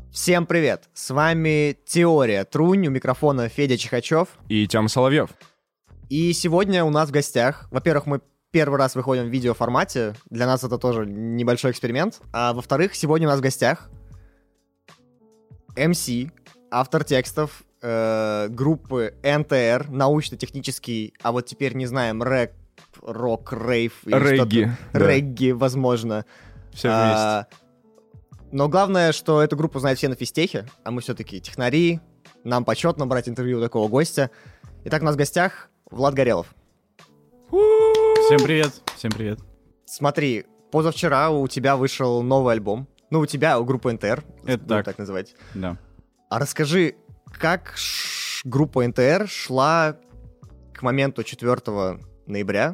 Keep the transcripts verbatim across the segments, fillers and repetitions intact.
Всем привет! С вами Теория Трунь, у микрофона Федя Чихачев. И Тёма Соловьев. И сегодня у нас в гостях, во-первых, мы первый раз выходим в видеоформате, для нас это тоже небольшой эксперимент, а во-вторых, сегодня у нас в гостях эм си, автор текстов э, группы эн тэ эр, научно-технический, а вот теперь не знаем, рэп, рок, рейв или Регги, что-то. да. Регги, возможно. Все А, вместе. Но главное, что эту группу знают все на физтехе, а мы все-таки технари, нам почетно брать интервью у такого гостя. Итак, у нас в гостях Влад Горелов. Всем привет, всем привет. Смотри, позавчера у тебя вышел новый альбом. Ну, у тебя, у группы эн тэ эр, Это будем так. так называть. Да. А расскажи, как ш- группа эн тэ эр шла к моменту четвёртого ноября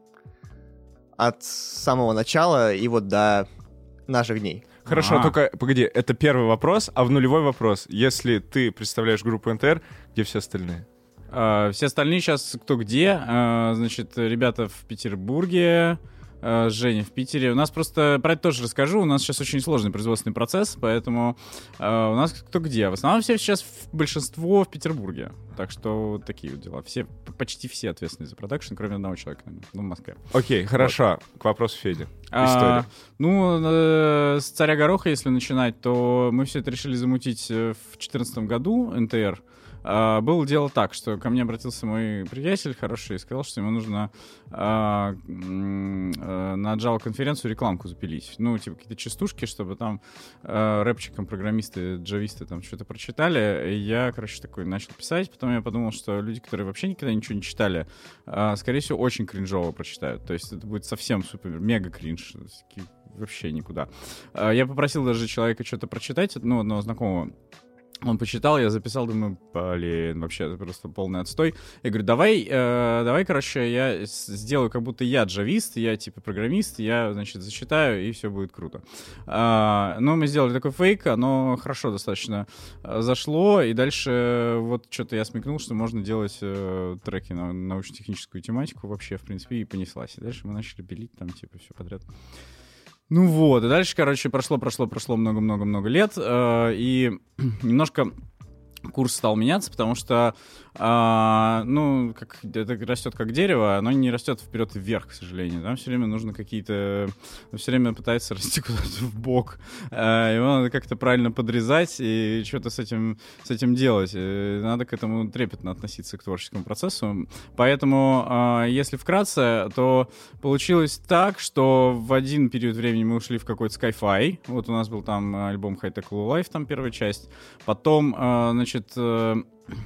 от самого начала и вот до наших дней? Хорошо, А. только, погоди, это первый вопрос, а в нулевой вопрос. Если ты представляешь группу эн тэ эр, где все остальные? А, все остальные сейчас кто где. А, значит, ребята в Петербурге, а, Женя в Питере. У нас просто, про это тоже расскажу, у нас сейчас очень сложный производственный процесс, поэтому а, у нас кто где. В основном все сейчас, в- большинство в Петербурге. Так что вот такие вот дела. Все, почти все ответственны за продакшн, кроме одного человека, наверное, ну, в Москве. Окей, хорошо, к вопросу Феди. А, История. ну, э, с «Царя Гороха», если начинать, то мы все это решили замутить э, в две тысячи четырнадцатом году, эн тэ эр. А, было дело так, что ко мне обратился мой приятель хороший и сказал, что ему нужно а, м, э, на Java-конференцию рекламку запилить. Ну, типа какие-то частушки, чтобы там э, рэпчикам программисты, джависты там что-то прочитали. И я, короче, такой начал писать. Потом я подумал, что люди, которые вообще никогда ничего не читали, а, скорее всего, очень кринжово прочитают. То есть это будет совсем супер, мега кринж. Такие вообще никуда. А, Я попросил даже человека что-то прочитать, ну, одного знакомого. Он почитал, я записал, думаю, блин, вообще это просто полный отстой. Я говорю, давай, э, давай, короче, я с- сделаю, как будто я джавист, я типа программист, я, значит, зачитаю, и все будет круто. А, ну, мы сделали такой фейк, оно хорошо достаточно э, зашло, и дальше э, вот что-то я смекнул, что можно делать э, треки на научно-техническую тематику вообще, в принципе, и понеслась. И дальше мы начали пилить там, типа, все подряд. Ну вот, и дальше, короче, прошло, прошло, прошло много-много-много лет, э, и немножко курс стал меняться, потому что, а, ну, как, это растет как дерево, оно не растет вперед и вверх, к сожалению. Там все время нужно какие-то... Все время пытается расти куда-то в бок. А, его надо как-то правильно подрезать и что-то с этим, с этим делать. И надо к этому трепетно относиться, к творческому процессу. Поэтому, а, если вкратце, то получилось так, что в один период времени мы ушли в какой-то Sci-Fi. Вот у нас был там альбом High Tech Low Life, там первая часть. Потом, а, значит, э,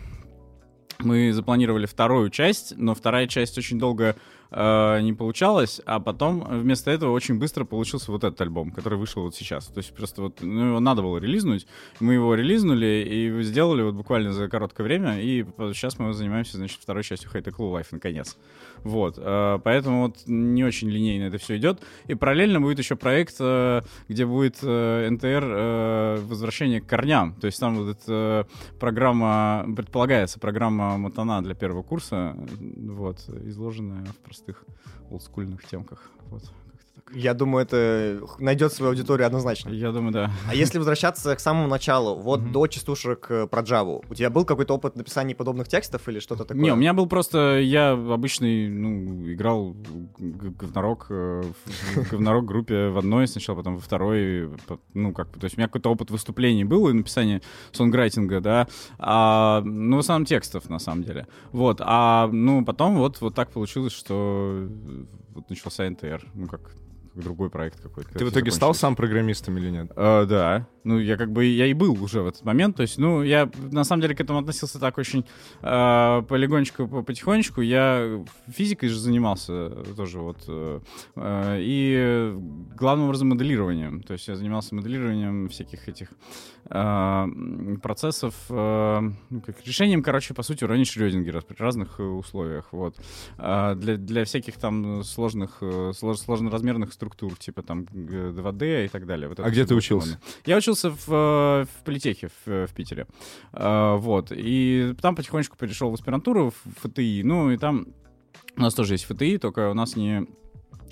мы запланировали вторую часть, но вторая часть очень долго э, не получалась, а потом вместо этого очень быстро получился вот этот альбом, который вышел вот сейчас. То есть просто вот, ну, его надо было релизнуть, мы его релизнули и сделали вот буквально за короткое время, и сейчас мы занимаемся, значит, второй частью High Tech Low Life, наконец. Вот, э, поэтому вот не очень линейно это все идет. И параллельно будет еще проект, э, где будет э, эн тэ эр э, «Возвращение к корням». То есть там вот эта э, программа, предполагается, программа Матана для первого курса, вот, изложенная в простых олдскульных темках. Вот, как-то так. Я думаю, это найдет свою аудиторию однозначно. Я думаю, да. А если возвращаться к самому началу, вот Мгм. до частушек э, про Java, у тебя был какой-то опыт написания подобных текстов или что-то такое? Не, у меня был просто... Я обычный, ну, играл г- говнорок э, в в говнорок группе в одной сначала, потом во второй. по- Ну, как бы, то есть у меня какой-то опыт выступлений был и написания сонграйтинга, да, а, ну, в основном текстов, на самом деле. Вот, а, ну, потом вот, вот так получилось, что вот начался эн тэ эр, ну, как другой проект какой-то. Ты в итоге стал сам программистом или нет? А, да. Ну, я как бы, я и был уже в этот момент. То есть, ну, я на самом деле к этому относился так очень э, полигонечку, по- потихонечку. Я физикой же занимался тоже вот. Э, э, и главным образом моделированием. То есть я занимался моделированием всяких этих э, процессов, э, ну, как решением, короче, по сути, уравнений Шрёдингера при разных э, условиях. Вот. А для, для всяких там сложных, э, слож, сложноразмерных структур, типа там г- два дэ и так далее. Вот это А где всё ты было учился? сложно. Я учился в, э, в политехе в, в Питере. А, вот. И там потихонечку перешел в аспирантуру в эф тэ и. Ну, и там у нас тоже есть эф тэ и, только у нас не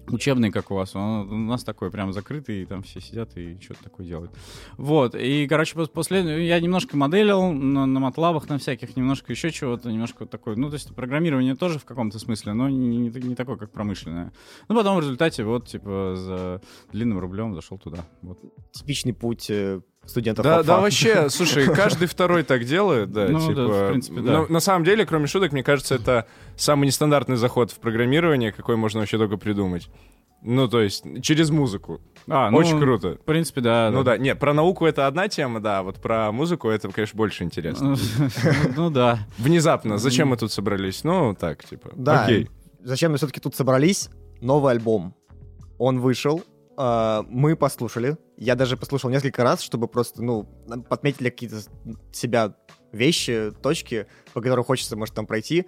учебный, как у вас. Он, у нас такой прям закрытый, и там все сидят и что-то такое делают. Вот. И, короче, после я немножко моделил на, на матлабах, на всяких, немножко еще чего-то, немножко вот такое. Ну, то есть программирование тоже в каком-то смысле, но не, не, не такое, как промышленное. Ну, потом в результате вот, типа, за длинным рублем зашел туда. Вот. Типичный путь э, студентов. Да, ФАФа. да, вообще, слушай, каждый второй так делает, да, Ну, типа. да, в принципе, да. Но на самом деле, кроме шуток, мне кажется, это самый нестандартный заход в программирование, какой можно вообще только придумать. Ну, то есть, через музыку. А, ну, Очень круто. В принципе, да. Ну да, нет, про науку это одна тема, да, вот про музыку это, конечно, больше интересно. Ну да. Внезапно, зачем мы тут собрались? Ну, так, типа, Да. окей. Зачем мы все-таки тут собрались? Новый альбом. Он вышел. э, Мы послушали. Я даже послушал несколько раз, чтобы просто, ну, подметили какие-то себя вещи, точки, по которым хочется, может, там пройти.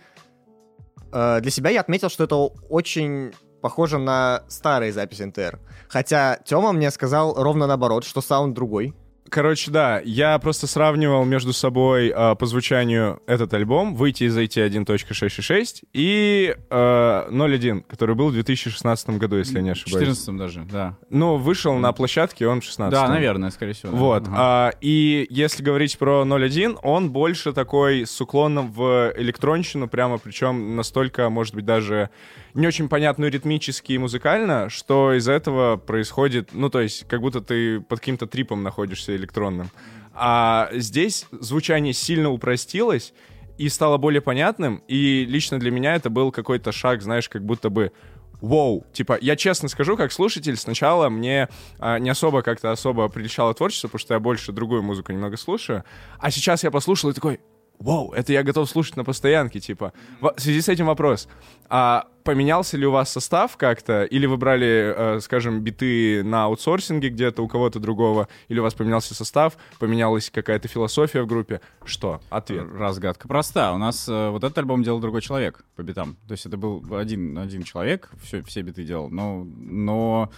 Э, Для себя я отметил, что это очень похоже на старые записи эн тэ эр. Хотя Тёма мне сказал ровно наоборот, что саунд другой. Короче, да, я просто сравнивал между собой э, по звучанию этот альбом «Выйти из эй ти один точка шестьсот шестьдесят шесть» и э, ноль один, который был в две тысячи шестнадцатом году, если я не В ошибаюсь. четырнадцатом даже, да. Ну, вышел на площадке он в шестнадцатом. Да, наверное, скорее всего. да. Вот. Ага. А, и если говорить про ноль один, он больше такой с уклоном в электронщину, прямо причем настолько, может быть, даже не очень понятную ритмически и музыкально, что из-за этого происходит, ну, то есть, как будто ты под каким-то трипом находишься электронным. А здесь звучание сильно упростилось и стало более понятным, и лично для меня это был какой-то шаг, знаешь, как будто бы Воу, типа, я честно скажу, как слушатель, сначала мне а, не особо как-то особо приличало творчество, потому что я больше другую музыку немного слушаю, а сейчас я послушал и такой, вау, это я готов слушать на постоянке, типа. В связи с этим вопрос, а поменялся ли у вас состав как-то, или вы брали, э, скажем, биты на аутсорсинге где-то у кого-то другого, или у вас поменялся состав, поменялась какая-то философия в группе? Что? Ответ. Разгадка проста. У нас э, вот этот альбом делал другой человек по битам. То есть это был один, один человек, все, все биты делал, но, но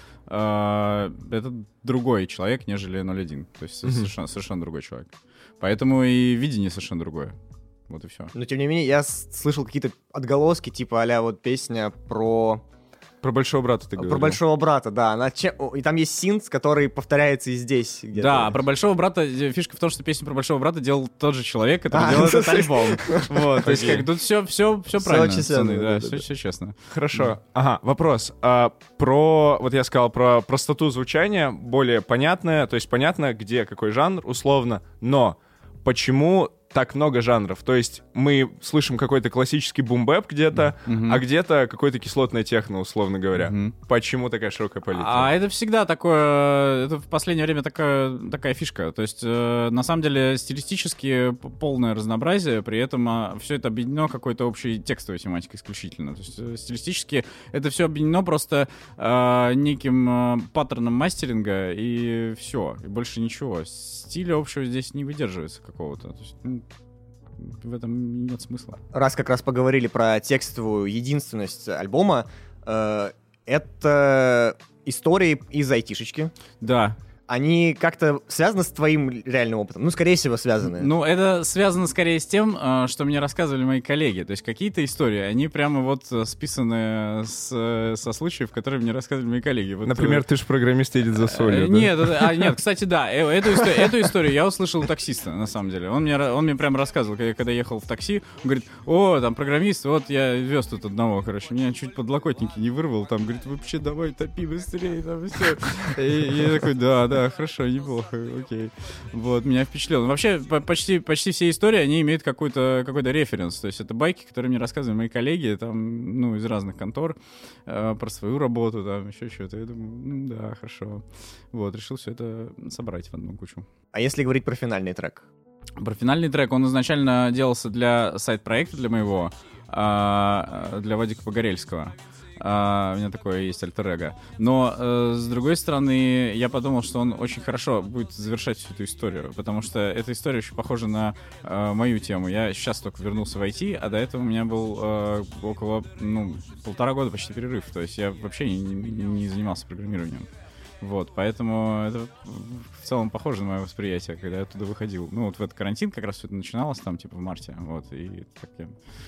э, это другой человек, нежели ноль один. То есть Mm-hmm. совершенно, совершенно другой человек. Поэтому и видение совершенно другое. Вот и все. Но, тем не менее, я с- слышал какие-то отголоски, типа а-ля вот песня про... Про большого брата ты говорил. Про большого брата, да. Она че- о, И там есть синт, который повторяется и здесь где-то. Да, а про большого брата, э, фишка в том, что песню про большого брата делал тот же человек, который А, делал ну, этот то есть- альбом. Вот, то есть Окей. как тут все, все, все Всё правильно, очень пацаны, связано, да, да, все, да. все честно. Хорошо. Ага, вопрос. А, про, вот я сказал про простоту звучания, более понятное, то есть понятно, где какой жанр, условно, но почему так много жанров? То есть мы слышим какой-то классический бум-бэп где-то, Мгм. а где-то какое-то кислотное техно, условно говоря. Мгм. Почему такая широкая палитра? А это всегда такое, это в последнее время такая, такая фишка. То есть, э, на самом деле, стилистически п- полное разнообразие, при этом все это объединено какой-то общей текстовой тематикой исключительно. То есть, э, стилистически это все объединено просто э, неким э, паттерном мастеринга, и все, и больше ничего. Стиля общего здесь не выдерживается какого-то. То есть, ну, в этом нет смысла. Раз как раз поговорили про текстовую единственность альбома, э, это истории из айтишечки. Да. Они как-то связаны с твоим реальным опытом? Ну, скорее всего, связаны. Ну, это связано скорее с тем, э, что мне рассказывали мои коллеги. То есть какие-то истории, они прямо вот э, списаны с, э, со случаев, которые мне рассказывали мои коллеги. Вот, Например, э, ты же программист едет за э, солью, да? Нет, это- а, нет, кстати, да. э, Эту, историю, эту историю я услышал у таксиста, на самом деле. Он мне, ра- он мне прям рассказывал, когда я, когда ехал в такси, он говорит, о, там программист, вот я вез тут одного, короче, меня чуть подлокотники не вырвал, там, говорит, вообще давай топи быстрее, там, все. И я такой, да, да, хорошо, неплохо, окей. Вот, меня впечатлило. Вообще, по- почти, почти все истории, они имеют какой-то, какой-то референс, то есть это байки, которые мне рассказывали мои коллеги, там, ну, из разных контор, э, про свою работу, там, еще что-то. Я думаю, «М, да, хорошо. Вот, решил все это собрать в одну кучу. А если говорить про финальный трек? Про финальный трек, он изначально делался для сайт-проекта, для моего, а, для Вадика Погорельского. А, у меня такое есть альтер-эго. Но, э, с другой стороны, я подумал, что он очень хорошо будет завершать всю эту историю, потому что эта история очень похожа на э, мою тему. Я сейчас только вернулся в ай ти, а до этого у меня был э, около, ну, полтора года почти перерыв. То есть я вообще не, не- не занимался программированием. Вот, поэтому это в целом похоже на мое восприятие, когда я оттуда выходил. Ну, вот в этот карантин как раз все это начиналось там, типа, в марте, вот, и так я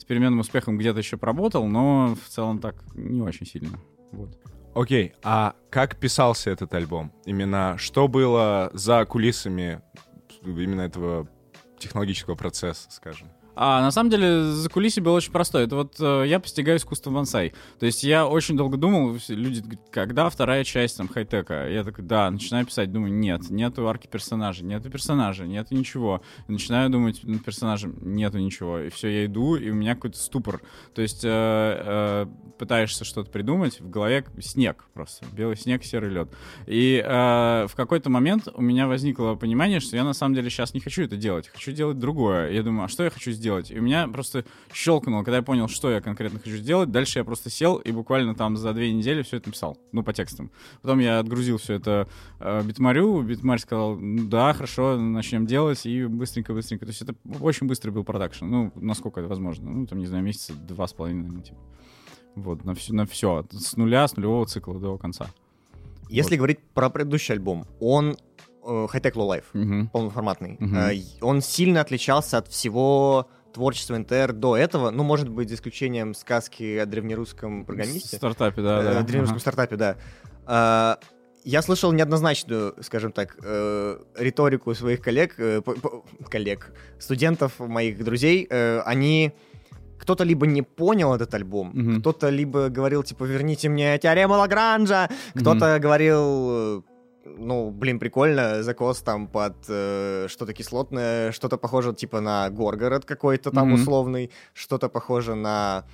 с переменным успехом где-то еще поработал, но в целом так не очень сильно. Вот. Окей, а как писался этот альбом? Именно что было за кулисами именно этого технологического процесса, скажем? А на самом деле за кулисами было очень простое. Это вот э, я постигаю искусство бонсай. То есть я очень долго думал, люди говорят, когда вторая часть там хай-тека? Я такой, да, начинаю писать, думаю, нет, нету арки персонажей, нету персонажа, нету ничего. Начинаю думать над персонажем, нету ничего. И все, я иду, и у меня какой-то ступор. То есть э, э, пытаешься что-то придумать, в голове снег просто. Белый снег, серый лед. И э, в какой-то момент у меня возникло понимание, что я на самом деле сейчас не хочу это делать. Хочу делать другое. Я думаю, а что я хочу сделать? Делать. И у меня просто щелкнуло, когда я понял, что я конкретно хочу сделать. Дальше я просто сел и буквально там за две недели все это написал. Ну, по текстам. Потом я отгрузил все это э, битмарю. Битмарь сказал, ну, да, хорошо, начнем делать. И быстренько-быстренько. То есть это очень быстрый был продакшн. Ну, насколько это возможно. Ну, там, не знаю, месяца два с половиной. Типа. Вот, на все, на все. С нуля, с нулевого цикла до конца. Если вот. говорить про предыдущий альбом, он High-Tech Low Life, uh-huh. полноформатный. Uh-huh. Uh, он сильно отличался от всего творчества эн тэ эр до этого, ну, может быть, за исключением сказки о древнерусском программисте. Стартапе, да. да. О древнерусском uh-huh. стартапе, да. Uh, я слышал неоднозначную, скажем так, э, риторику своих коллег, э, коллег, студентов, моих друзей. Э, они... Кто-то либо не понял этот альбом, uh-huh. кто-то либо говорил, типа, верните мне теорему Лагранжа, кто-то uh-huh. говорил... Ну, блин, прикольно, закос там под э, что-то кислотное, что-то похоже типа на Горгород какой-то там mm-hmm. условный, что-то похоже на,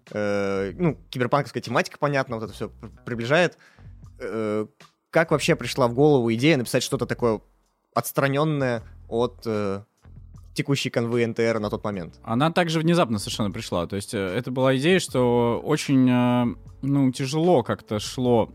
э, ну, киберпанковская тематика, понятно, вот это все приближает. Э, как вообще пришла в голову идея написать что-то такое отстраненное от э, текущей канвы эн тэ эр на тот момент? Она также внезапно совершенно пришла, то есть э, это была идея, что очень, э, ну, тяжело как-то шло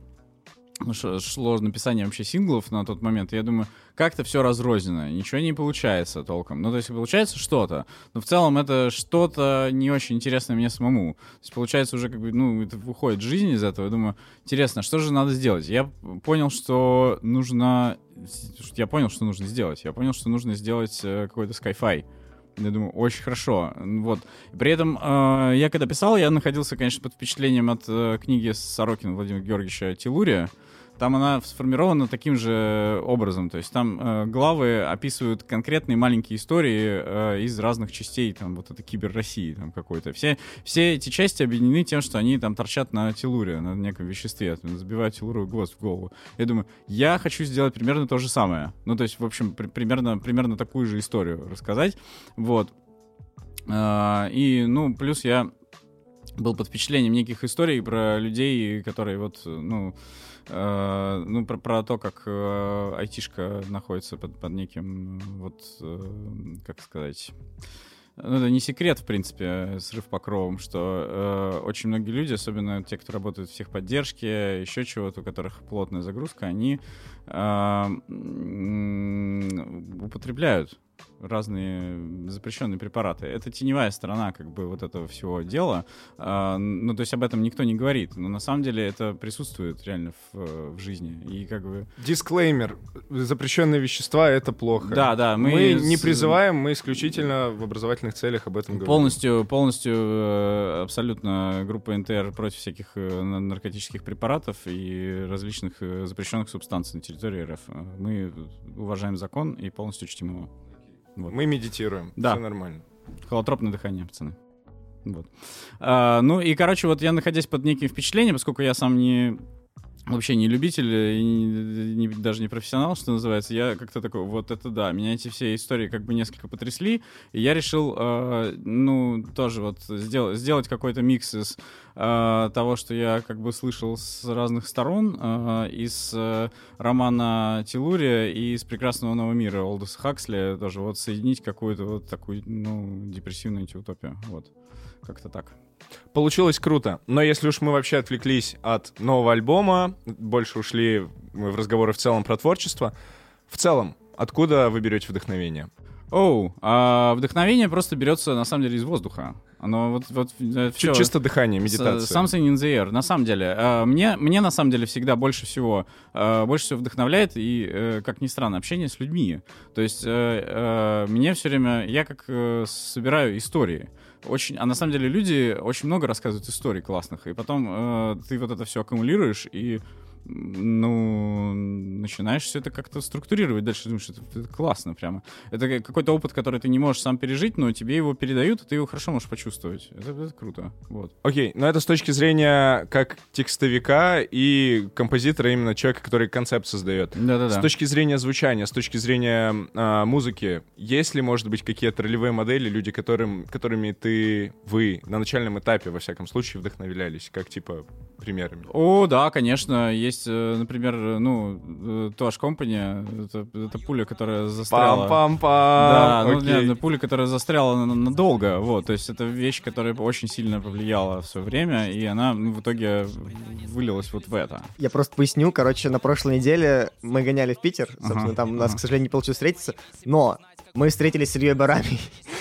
шло написание вообще синглов на тот момент, и я думаю, как-то все разрознено, ничего не получается толком. Ну, то есть получается что-то, но в целом это что-то не очень интересное мне самому. То есть получается уже как бы, ну, это выходит жизнь из этого. Я думаю, интересно, что же надо сделать? Я понял, что нужно... Я понял, что нужно сделать. Я понял, что нужно сделать какой-то Sky-Fi. Я думаю, очень хорошо. Вот. При этом э, я когда писал, я находился, конечно, под впечатлением от э, книги Сорокина Владимира Георгиевича «Телурия». Там она сформирована таким же образом. То есть там э, главы описывают конкретные маленькие истории э, из разных частей там, вот этой кибер-России там, какой-то. Все, все эти части объединены тем, что они там торчат на телуре, на неком веществе, там, забивают телуру гвоздь в голову. Я думаю, я хочу сделать примерно то же самое. Ну, то есть, в общем, при, примерно, примерно такую же историю рассказать. Вот. Э, и, ну, плюс я был под впечатлением неких историй про людей, которые вот, ну... Uh, ну, про, про то, как uh, айтишка находится под, под неким, вот, uh, как сказать... Ну, это не секрет, в принципе, срыв покровом, что uh, очень многие люди, особенно те, кто работают в техподдержке, еще чего-то, у которых плотная загрузка, они uh, употребляют разные запрещенные препараты. Это теневая сторона как бы вот этого всего дела. А, ну, то есть об этом никто не говорит. Но на самом деле это присутствует реально в, в жизни. И как бы... Дисклеймер. Запрещенные вещества — это плохо. Да, да. Мы, мы не призываем, мы исключительно в образовательных целях об этом говорим. Полностью, полностью абсолютно группа эн тэ эр против всяких наркотических препаратов и различных запрещенных субстанций на территории эр эф. Мы уважаем закон и полностью чтим его. Вот. Мы медитируем, да. Все нормально. Холотропное дыхание, пацаны. Вот. А, ну и, короче, вот я, находясь под неким впечатлением, поскольку я сам не... вообще не любитель и не, не, даже не профессионал, что называется, я как-то такой, вот это да, меня эти все истории как бы несколько потрясли, и я решил, э, ну, тоже вот сделать, сделать какой-то микс из э, того, что я как бы слышал с разных сторон, э, из э, романа Телурия и из «Прекрасного нового мира» Олдоса Хаксли, тоже вот соединить какую-то вот такую, ну, депрессивную антиутопию, вот, как-то так. Получилось круто, но если уж мы вообще отвлеклись от нового альбома, больше ушли в разговоры в целом про творчество, в целом, откуда вы берете вдохновение? Оу, oh, а вдохновение просто берется, на самом деле, из воздуха. Оно вот, вот все. Чисто дыхание, медитация. Something in the air. На самом деле, мне, мне на самом деле всегда больше всего, больше всего вдохновляет и, как ни странно, общение с людьми. То есть мне все время, я как собираю истории. очень... А на самом деле люди очень много рассказывают историй классных, и потом э, ты вот это все аккумулируешь, и ну, начинаешь все это как-то структурировать дальше, думаешь, это, это классно прямо. Это какой-то опыт, который ты не можешь сам пережить, но тебе его передают, и ты его хорошо можешь почувствовать. Это, это круто. Вот. Окей, но это с точки зрения как текстовика и композитора, именно человека, который концепт создает. Да-да-да. С точки зрения звучания, с точки зрения а, музыки, есть ли, может быть, какие-то ролевые модели, люди, которым, которыми ты, вы на начальном этапе, во всяком случае, вдохновлялись, как, типа, примерами? О, да, конечно. Есть, например, ну, Tosh Company, это, это пуля, которая застряла. Пам-пам-пам! Да, ну, окей. нет, пуля, которая застряла надолго, вот, то есть это вещь, которая очень сильно повлияла в свое время, и она, ну, в итоге вылилась вот в это. Я просто поясню, короче, на прошлой неделе мы гоняли в Питер, собственно, Ага, там у нас, ага. к сожалению, не получилось встретиться, но мы встретились с Ильей Барами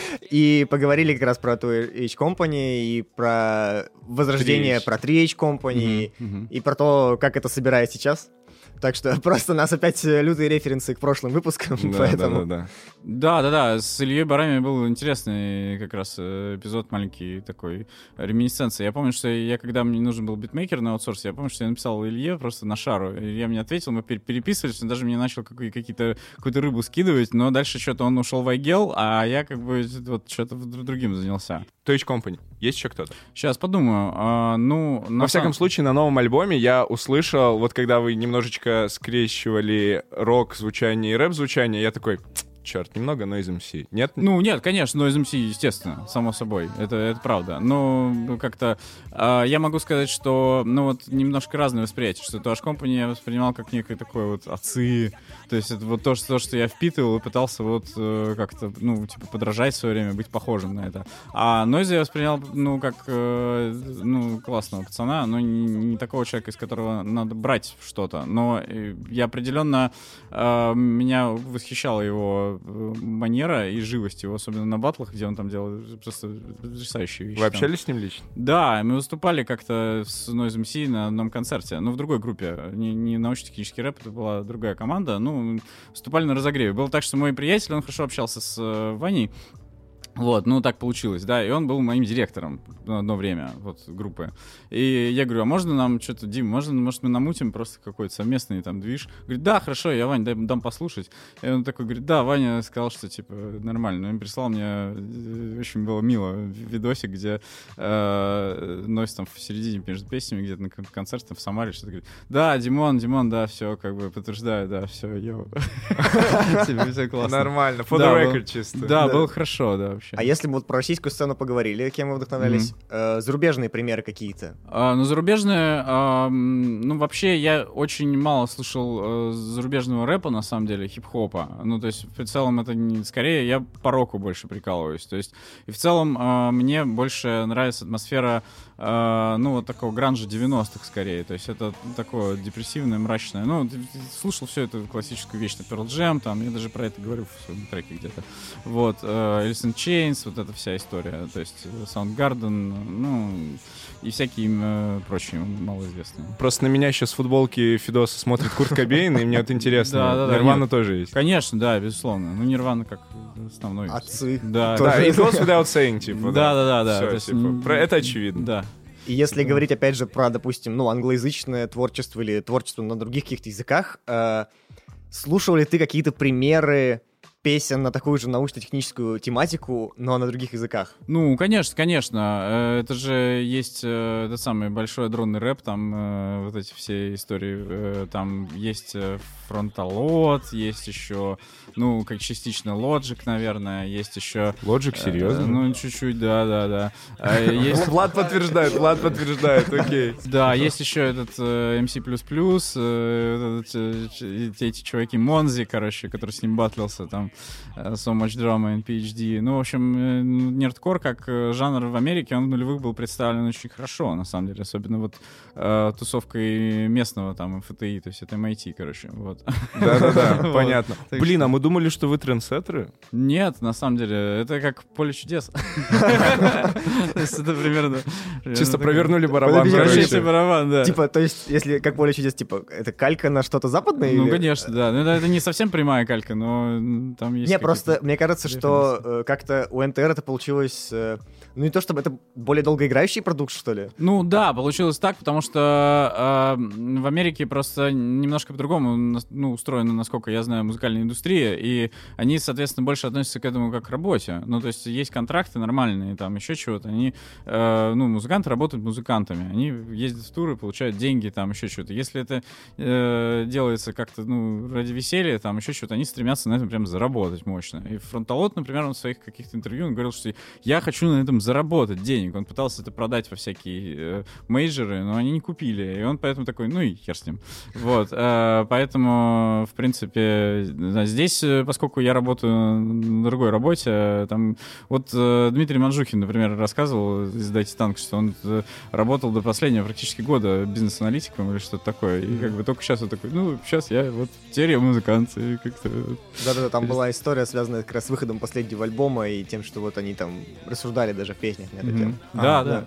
и поговорили как раз про Two H Company и про возрождение, три эйч. про три эйч Company Мгм, мгм. и про то, как это собирает сейчас. Так что просто у нас опять лютые референсы к прошлым выпускам, Да, поэтому... да, да, да. Да, да, да, с Ильей Барами был интересный как раз э, эпизод, маленький такой, реминисценция. Я помню, что я, когда мне нужен был битмейкер на аутсорсе, я помню, что я написал Илье просто на шару. Илья мне ответил, мы пер- переписывались, он даже мне начал какой- какие-то, какую-то рыбу скидывать, но дальше что-то он ушел в айгел, а я как бы вот что-то другим занялся. Two H Company. Есть еще кто-то? Сейчас подумаю. А, ну, на Во всяком самом- случае, на новом альбоме я услышал, вот когда вы немножечко скрещивали рок-звучание и рэп-звучание, я такой, черт, немного Noise эм си. Нет? Ну, нет, конечно, Noise эм си, естественно, само собой, это, это правда. Но как-то э, я могу сказать, что, ну, вот немножко разное восприятие, что Tosh Company я воспринимал как некое такое вот отцы, то есть это вот то, что, то, что я впитывал и пытался вот э, как-то, ну, типа, подражать в свое время, быть похожим на это. А Noise я воспринял, ну, как, э, ну, классного пацана, но не, не такого человека, из которого надо брать что-то. Но э, я определенно, э, меня восхищала его манера и живость его, особенно на батлах, где он там делал просто потрясающие вещи. Вы там. общались с ним лично? Да, мы выступали как-то с Noise эм си на одном концерте, но в другой группе, не, не научно-технический рэп, это была другая команда, ну, выступали на разогреве. Было так, что мой приятель, он хорошо общался с э, Ваней, вот, ну так получилось, да, и он был моим директором на одно время, вот, группы. И я говорю, а можно нам что-то, Дим, можно, может, мы намутим просто какой-то совместный там движ? Говорит, да, хорошо, я, Вань, дай, дам послушать. И он такой говорит, да, Ваня сказал, что, типа, нормально. Он прислал мне, э, очень было мило, видосик, где э, Нойс там в середине между песнями, где-то на кон- концерте там в Самаре что-то говорит, да, Димон, Димон, да, все, как бы, подтверждаю, да, все, йоу. Тебе все классно. Нормально, for Да, the был- record чисто. Да, было хорошо, да, вообще. А если мы вот про российскую сцену поговорили, кем вы вдохновлялись, э, зарубежные примеры какие-то? А, ну, зарубежные, а, м, ну, вообще, я очень мало слышал э, зарубежного рэпа, на самом деле, хип-хопа. Ну, то есть, в целом, это не... Скорее, я по року больше прикалываюсь. То есть, и в целом, э, мне больше нравится атмосфера, э, ну, вот такого гранжа девяностых, скорее. То есть, это такое депрессивное, мрачное. Ну, ты- ты слушал всю эту классическую вещь на Pearl Jam, там, я даже про это говорю в своем треке где-то. Вот, э, Alice in Chains, вот эта вся история. То есть, э, Soundgarden, ну, и всякие э, прочие малоизвестные. Просто на меня сейчас в футболке Фидоса смотрит Курт Кобейн, и мне вот Да, интересно, да, да, Нирвана нет. тоже есть. Конечно, да, безусловно. Ну, Нирвана как основной. Отцы. Да, Тоже. Да, it goes without saying, типа, да, да, да, да. Всё, То есть, типа, м, про это очевидно. Да. И если говорить, опять же, про, допустим, ну, англоязычное творчество или творчество на других каких-то языках, э, слушал ли ты какие-то примеры песен на такую же научно-техническую тематику, но на других языках? Ну, конечно, конечно. Э, Это же есть э, этот самый большой адронный рэп, там э, вот эти все истории. э, Там есть э, фронталот, есть еще, ну, как частично Logic, наверное, есть еще... Logic, э, серьезно? Ну, чуть-чуть, да, да, да. А, есть- Влад подтверждает, Влад подтверждает, окей. Да, есть еще этот э, эм си плюс плюс, э, этот, э, ч- эти чуваки Монзи, короче, который с ним батлился, там, э, So Much Drama and пи эйч ди. Ну, в общем, э, нердкор как э, жанр в Америке, он в нулевых был представлен очень хорошо, на самом деле, особенно вот э, тусовкой местного там эф ти и, то есть это эм ай ти, короче, вот. Да-да-да, Вот. понятно. Так Блин, что- а мы думали, что вы трендсеттеры? Нет, на самом деле, это как поле чудес. То есть это примерно... Чисто такое- провернули барабан, Подожди, Короче, короче. барабан, да. Типа, то есть, если как поле чудес, типа, это калька на что-то западное? Ну, или- конечно, да. Ну, это, это не совсем прямая калька, но м, там есть Не, просто какие-то мне кажется, что э, как-то у эн тэ эр это получилось... э, ну, не то чтобы это более долгоиграющий продукт, что ли? Ну да, получилось так, потому что э, в Америке просто немножко по-другому нас- ну, устроена, насколько я знаю, музыкальная индустрия, и они, соответственно, больше относятся к этому как к работе. Ну, то есть есть контракты нормальные, там еще чего-то. Они, э, ну, музыканты работают музыкантами, они ездят в туры, получают деньги, там еще что-то. Если это э, делается как-то, ну, ради веселья, там еще что-то, они стремятся на этом прям заработать мощно. И Фронталот, например, он в своих каких-то интервью он говорил, что я хочу на этом заработать денег. Он пытался это продать во всякие э, мейджоры, но они не купили. И он поэтому такой, ну и хер с ним. Вот. Э, поэтому, в принципе, да, здесь, э, поскольку я работаю на другой работе, э, там, вот э, Дмитрий Манжухин, например, рассказывал из «Дайте танк», что он э, работал до последнего практически года бизнес-аналитиком или что-то такое. И как бы только сейчас он такой, ну, сейчас я вот теперь я музыкант. И как-то... Да-да-да, там была история, связанная как раз с выходом последнего альбома и тем, что вот они там рассуждали даже в песнях на эту тему. Да, А, да.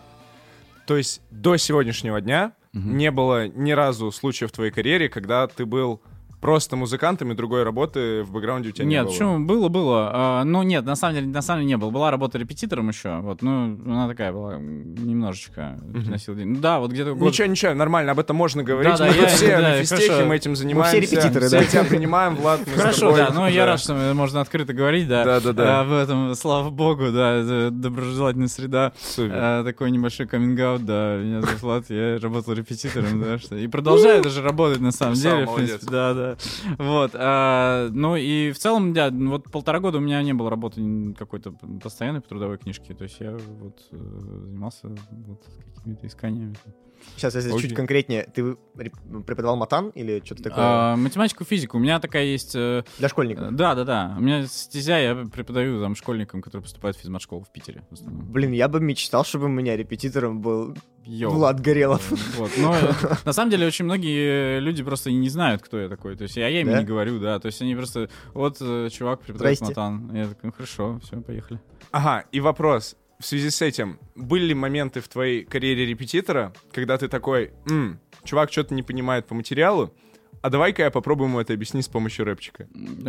То есть до сегодняшнего дня Мгм. не было ни разу случая в твоей карьере, когда ты был просто музыкантом и другой работы в бэкграунде у тебя не Нет, было? почему? Было, было. А, ну, нет, на самом деле, на самом деле не было. Была работа репетитором еще, вот, ну, она такая была, м, немножечко приносила деньги. Ну, да, вот где-то год... Ничего, ничего, нормально, об этом можно говорить. Да, да, мы тут я- все да, на и физтехе, хорошо. мы этим занимаемся. репетиторы, все да. тебя принимаем, Влад, мы с Хорошо, тобой. да, ну я Да. рад, что можно открыто говорить, да. Да, да, да. А, в этом, слава богу, да, это доброжелательная среда. Супер. А, такой небольшой каминг-аут, да, меня зовут Влад, я работал репетитором, да, что и продолжаю даже работать на самом Красава, деле, в молодец. принципе, да, да. Вот, а, ну и в целом, да, вот полтора года у меня не было работы какой-то постоянной по трудовой книжке, то есть я вот э, занимался вот какими-то исканиями. Сейчас, если Окей. чуть конкретнее, ты реп- преподавал матан или что-то такое? А, математику, физику, у меня такая есть... э, Для школьников? Да, да, да. У меня стезя, я преподаю там школьникам, которые поступают в физмат-школу в Питере. В основном. Блин, я бы мечтал, чтобы у меня репетитором был Йоу. Влад Горелов. Вот. Но э, на самом деле очень многие люди просто не знают, кто я такой. То есть я, я им Да? не говорю, да. То есть они просто, вот э, чувак преподает Здрасте. матан. Я такой, ну хорошо, все, поехали. Ага, и вопрос. В связи с этим, были ли моменты в твоей карьере репетитора, когда ты такой, «М, чувак что-то не понимает по материалу, а давай-ка я попробую ему это объяснить с помощью рэпчика».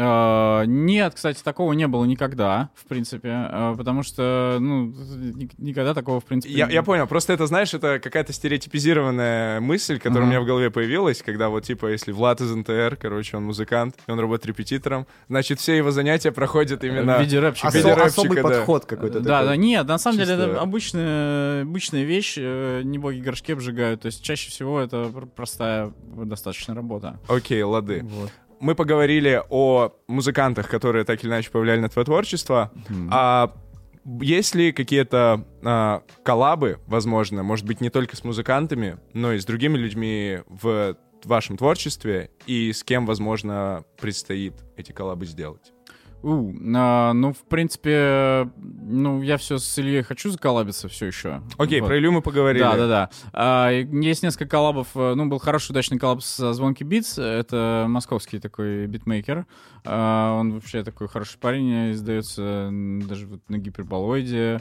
А, Нет, кстати, такого не было никогда, в принципе, а, потому что, ну, ни- никогда такого, в принципе... Я, я понял, просто это, знаешь, это какая-то стереотипизированная мысль, которая Ага. у меня в голове появилась, когда вот, типа, если Влад из эн тэ эр, короче, он музыкант, и он работает репетитором, значит, все его занятия проходят именно... В виде рэпчика. Осо- виде рэпчика, особый да. подход какой-то Да, такой. да, нет, на самом деле Чисто- это обычная, обычная вещь, э, не боги горшки обжигают, то есть чаще всего это пр- простая достаточно работа. Окей, лады. Вот. Мы поговорили о музыкантах, которые так или иначе повлияли на твое творчество. Мгм. А есть ли какие-то а, коллабы, возможно, может быть, не только с музыкантами, но и с другими людьми в вашем творчестве, и с кем, возможно, предстоит эти коллабы сделать? У, а, ну, в принципе, ну, я все с Ильей хочу заколлабиться все еще. Окей, Вот. про Илью мы поговорили. Да, да, да. А, и есть несколько коллабов. э, Ну, был хороший удачный коллаб со Звонки Битс. Это московский такой битмейкер. А, он вообще такой хороший парень, издается м, даже вот на Гиперболоиде.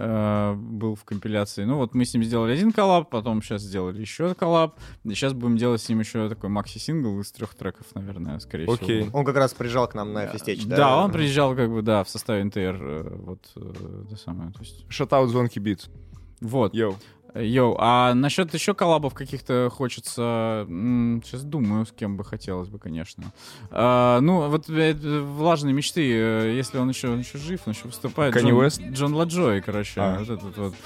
э, был в компиляции. Ну, вот мы с ним сделали один коллаб, потом сейчас сделали еще коллаб. И сейчас будем делать с ним еще такой макси-сингл из трех треков, наверное, скорее Окей. всего. Он как раз приезжал к нам на фестеч, да? Да, он приезжал как бы, да, в составе эн тэ эр. э, Вот, э, это самое, то есть... Шатаут Звонки Бит. Вот. Йоу. Йоу, а насчет еще коллабов каких-то хочется... м, Сейчас думаю, с кем бы хотелось бы, конечно. А, ну, вот э, влажные мечты, э, если он еще, он еще жив, он еще выступает. Kanye Джон, West? Джон Ладжой, короче. А. Вот этот вот.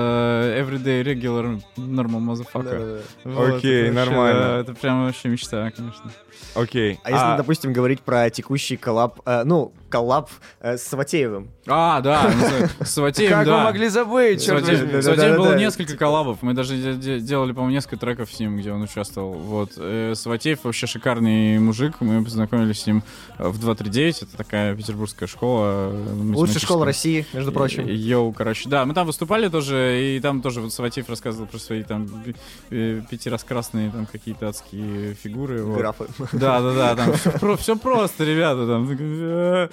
Э, Everyday Regular Normal Motherfucker. Да-да-да. Вот, Окей, это вообще, нормально. да, это прям вообще мечта, конечно. Окей. А если, допустим, говорить про текущий коллаб, э, ну, коллаб э, с Саватеевым. А, да, ну, с Саватеем, Как да. вы могли забыть? С черт Вадим- возьми? с Вадимом было Да-да-да. несколько коллабов. Мы даже де- де- делали, по-моему, несколько треков с ним, где он участвовал. Вот. Э, Саватеев вообще шикарный мужик. Мы познакомились с ним в два три девять. Это такая петербургская школа. э, Лучшая школа математическая. России, между прочим. Э, Йоу, короче. Да, мы там выступали тоже, и там тоже вот Саватеев рассказывал про свои там пи- э, пятираскрасные там какие-то адские фигуры. Вот. Графы. Да, да, да, там все, просто, ребята, там.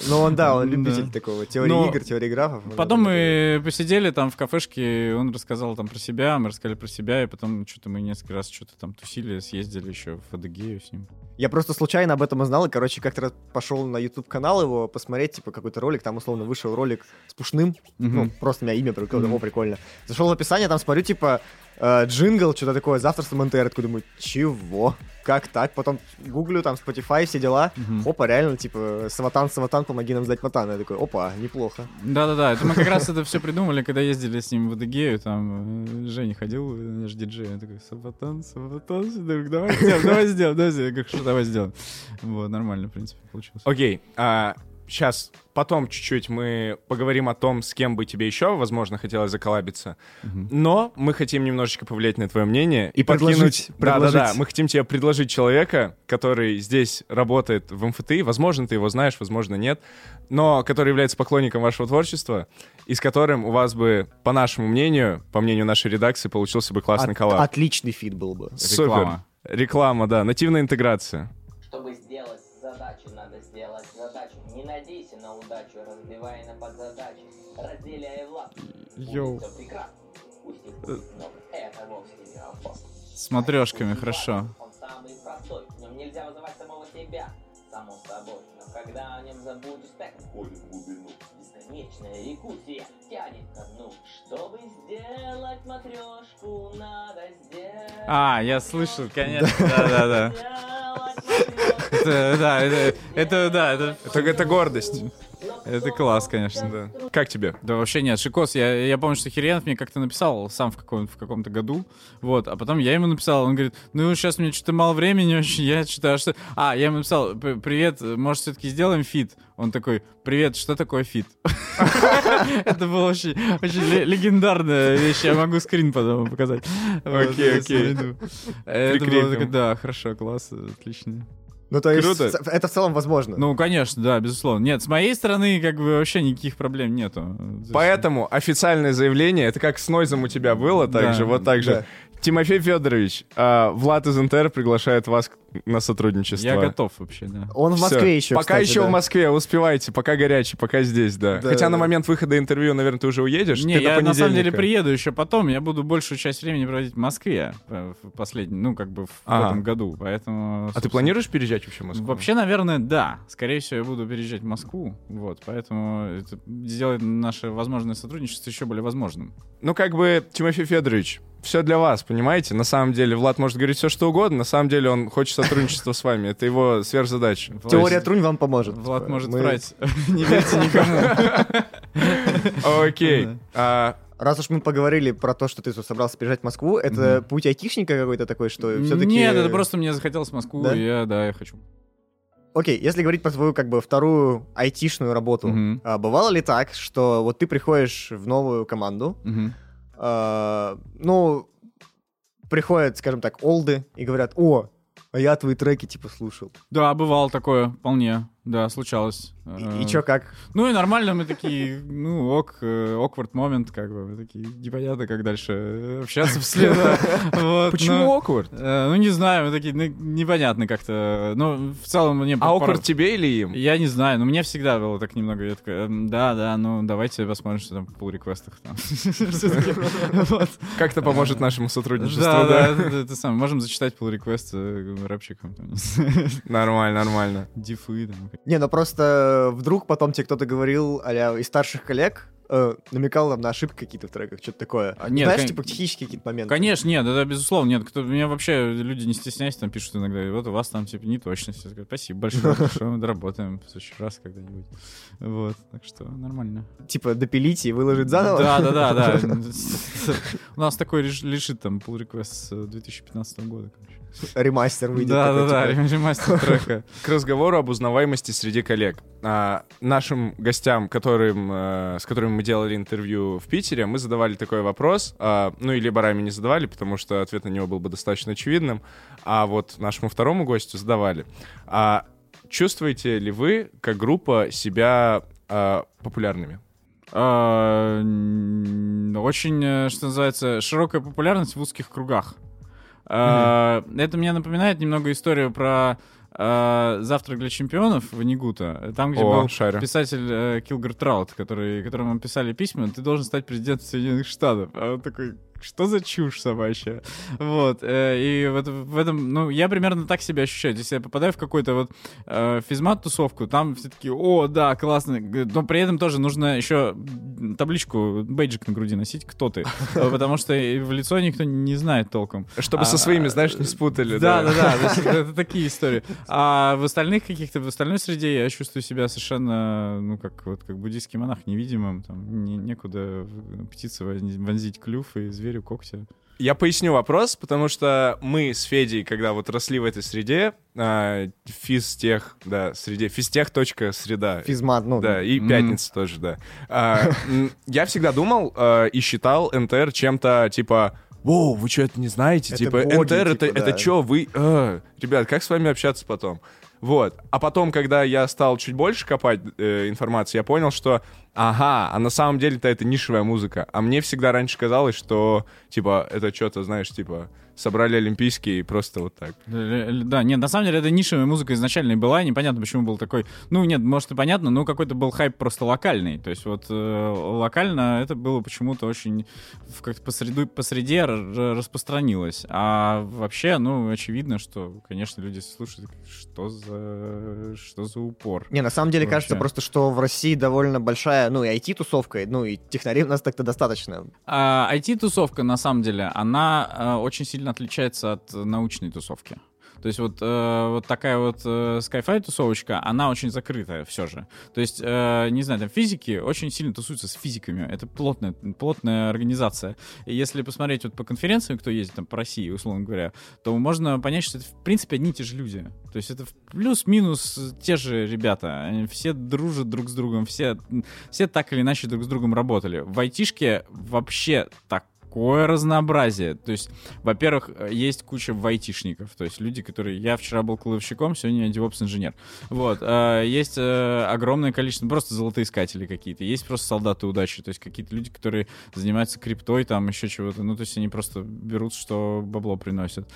Ну, он, да, он Да. любитель такого. Теории Но игр, теории графов. Потом мы посидели там в кафешке, он рассказал там про себя, мы рассказали про себя, и потом что-то мы несколько раз что-то там тусили, съездили еще в Адыгею с ним. Я просто случайно об этом узнал, и, короче, как-то раз пошел на YouTube-канал его посмотреть, типа, какой-то ролик, там, условно, вышел ролик с Пушным, Мгм. ну, просто у меня имя прикольно, Мгм. о, прикольно. Зашел в описание, там смотрю, типа, э, джингл, что-то такое, завтра с МНТ, такой думаю, чего? Как так? Потом гуглю, там, Spotify, все дела, Мгм. опа, реально, типа, Саватан, Саватан, помоги нам сдать матан. Я такой, опа, неплохо. Да-да-да, это мы как раз это все придумали, когда ездили с ним в Адыгею, там э, Женя ходил, э, наш диджей, он такой, Сабатан, Сабатан, я говорю, давай сделаем, давай сделаем, давай сделаем. Я говорю, что давай сделаем. Вот, нормально, в принципе, получилось. Окей, а, сейчас, потом чуть-чуть мы поговорим о том, с кем бы тебе еще, возможно, хотелось заколлабиться. Мгм. Но мы хотим немножечко повлиять на твое мнение и, И предложить, подкинуть... Да-да-да, предложить. мы хотим тебе предложить человека, который здесь работает в МФТИ, возможно, ты его знаешь, возможно, нет, но который является поклонником вашего творчества, и с которым у вас бы, по нашему мнению, по мнению нашей редакции, получился бы классный От- коллаб. Отличный фит был бы. Супер. Реклама. Реклама, да, нативная интеграция. Чтобы сделать задачу, надо сделать задачу. Не надейся на удачу, разбивай на подзадачи. Разделяй власть. Йоу. Будет всё прекрасно. Пусть их будет много. Это вовсе не опасно. С матрешками, хорошо. Он самый простой. В нем нельзя вызывать самого себя. Само собой. Но когда о нем забудешь, так входит в глубину. Бесконечная Якутия тянет ко дну. Чтобы сделать матрешку, надо сделать... А, я слышал, конечно, да-да-да. Это, да, это, это, да, это, Это, это гордость. это класс, конечно. Да. Как тебе? Да вообще нет, шикос. Я, я помню, что Хириенов мне как-то написал сам в, каком- в каком-то году, вот, а потом я ему написал, он говорит, ну сейчас мне что-то мало времени очень, я считаю, что... А, я ему написал, «П- привет, может все-таки сделаем фит? Он такой, привет, что такое фит? Это была очень очень ле- легендарная вещь, я могу скрин потом показать. Вот, Окей, я окей. найду. Это было Прикрепим. такое, да, хорошо, класс, отлично. Ну, то есть, Круто. с- это в целом возможно. Ну, конечно, да, безусловно. Нет, с моей стороны, как бы, вообще никаких проблем нету. То есть- Поэтому официальное заявление, это как с Нойзом у тебя было, так Да, же, вот так же. да. Тимофей Федорович, а, Влад из эн тэ эр приглашает вас к- на сотрудничество. Я готов вообще, да. Он в Всё. Москве еще, Пока кстати, еще да. в Москве, успевайте, пока горячий, пока здесь, да. Да, Хотя да. на момент выхода интервью, наверное, ты уже уедешь. Не, ты до я на самом деле понедельника. приеду еще потом. Я буду большую часть времени проводить в Москве. э, В последний, ну, как бы в, в Ага. этом году. Поэтому. А ты собственно, планируешь переезжать вообще в Москву? Вообще, наверное, да. Скорее всего, я буду переезжать в Москву. Вот, поэтому это сделает наше возможное сотрудничество еще более возможным. Ну, как бы, Тимофей Федорович, все для вас, понимаете? На самом деле, Влад может говорить все, что угодно, на самом деле он хочет сотрудничества с вами. Это его сверхзадача. Теория Трунь вам поможет. Влад Типа, может мы- врать. Не верьте никому. Окей. Да. А, Раз уж мы поговорили про то, что ты тут собрался приезжать в Москву, это путь айтишника какой-то такой, что все-таки... Нет, это просто мне захотелось в Москву, Да? и я, да, я хочу. Окей, если говорить про твою, как бы, вторую айтишную работу, Мгм. а, бывало ли так, что вот ты приходишь в новую команду, Мгм. а, ну, приходят, скажем так, олды и говорят, о, а я твои треки, типа, слушал. Да, бывало такое, вполне. Да, случалось. И, и чё, как? Ну и нормально, мы такие, ну, ок, э, awkward момент, как бы, мы такие, непонятно, как дальше э, общаться вслед. Вот, почему ну, awkward? э, Ну, не знаю, мы такие, ну, непонятно как-то. Ну, в целом мне... А пара- awkward тебе или им? Я не знаю, но мне всегда было так немного, я такой, «Эм, да, да, ну, давайте посмотрим, что там в pull-реквестах там. Всё-таки, вот. Как это поможет нашему сотрудничеству, Да, да, да? это это самое. Можем зачитать pull-реквест э, рэпчикам. там, Нормально, нормально. Дифы, там. Не, ну просто вдруг потом тебе кто-то говорил, а из старших коллег, э, намекал нам на ошибки какие-то в треках, что-то такое. А, нет, Знаешь, кон- типа, технические какие-то моменты. Конечно, нет, это безусловно, нет. Кто, меня вообще люди, не стесняйся, там пишут иногда, вот у вас там типа неточность. Я говорю, спасибо большое, хорошо, мы доработаем в следующий раз когда-нибудь. Вот, так что нормально. Типа, допилить и выложить заново. Да, да, да, да. У нас такой лиш- лежит там pull request с две тысячи пятнадцатого года, короче. Ремастер выйдет. Да, такой, да, да, типа. ремастер трека. К разговору об узнаваемости среди коллег. А, нашим гостям, которым, э, с которыми мы делали интервью в Питере, мы задавали такой вопрос. а, ну, и либо Раме не задавали, потому что ответ на него был бы достаточно очевидным. А вот нашему второму гостю задавали. А, чувствуете ли вы, как группа, себя а, популярными? А, м, Очень, э, что называется, широкая популярность в узких кругах. А, Это мне напоминает немного историю про э, «Завтрак для чемпионов» Ванигута, там, где О, был шарю. писатель э, Килгар Траут, который, которому писали письма, ты должен стать президентом Соединенных Штатов. А он такой... Что за чушь собачья? Вот. Э, и в, в этом, ну, я примерно так себя ощущаю. Если я попадаю в какую-то вот э, физмат-тусовку, там все таки о, да, классно. Но при этом тоже нужно еще табличку, бейджик на груди носить, кто ты. Потому что в лицо никто не знает толком. Чтобы со своими, знаешь, не спутали. Да, да, да. Это такие истории. А в остальных каких-то, в остальной среде я чувствую себя совершенно, ну, как вот как буддийский монах, невидимым. Там некуда птице вонзить клюв и зверю когти. Я поясню вопрос, потому что мы с Федей, когда вот росли в этой среде, э, физтех, да, среде, физтех точка среда. Физмат, ну. Да, и Мгм. пятница тоже, да. А, м, я всегда думал э, и считал эн тэ эр чем-то типа... Воу, вы что, это не знаете? Это типа, боги, эн тэ эр, это, типа, это да. что, вы... э, ребят, как с вами общаться потом? Вот. А потом, когда я стал чуть больше копать э, информации, я понял, что ага, а на самом деле-то это нишевая музыка. А мне всегда раньше казалось, что, типа, это что-то, знаешь, типа, собрали олимпийские и просто вот так. Да, нет, на самом деле это нишевая музыка изначально и была, и непонятно, почему был такой, ну нет, может и понятно, но какой-то был хайп просто локальный, то есть вот э, локально это было почему-то очень в- как-то по, среду, по среде р- распространилось, а вообще, ну, очевидно, что, конечно, люди слушают, что за, что за упор. Не, на самом деле Вообще. кажется просто, что в России довольно большая, ну, и ай ти-тусовка, ну, и технарей у нас так-то достаточно. А, ай ти-тусовка, на самом деле, она а, очень сильно отличается от научной тусовки. То есть вот, э, вот такая вот э, Sky-Fi тусовочка, она очень закрытая все же. То есть, э, не знаю, там физики очень сильно тусуются с физиками. Это плотная, плотная организация. И если посмотреть вот по конференциям, кто ездит там по России, условно говоря, то можно понять, что это в принципе одни и те же люди. То есть это плюс-минус те же ребята. Они все дружат друг с другом, все, все так или иначе друг с другом работали. В айтишке вообще так такое разнообразие. То есть, во-первых, есть куча вайтишников, то есть люди, которые... Я вчера был кладовщиком, сегодня я девопс-инженер. Вот. э, Есть э, огромное количество... Просто золотоискатели какие-то. Есть просто солдаты удачи, то есть какие-то люди, которые занимаются криптой, там еще чего-то. Ну, то есть они просто берут, что бабло приносят.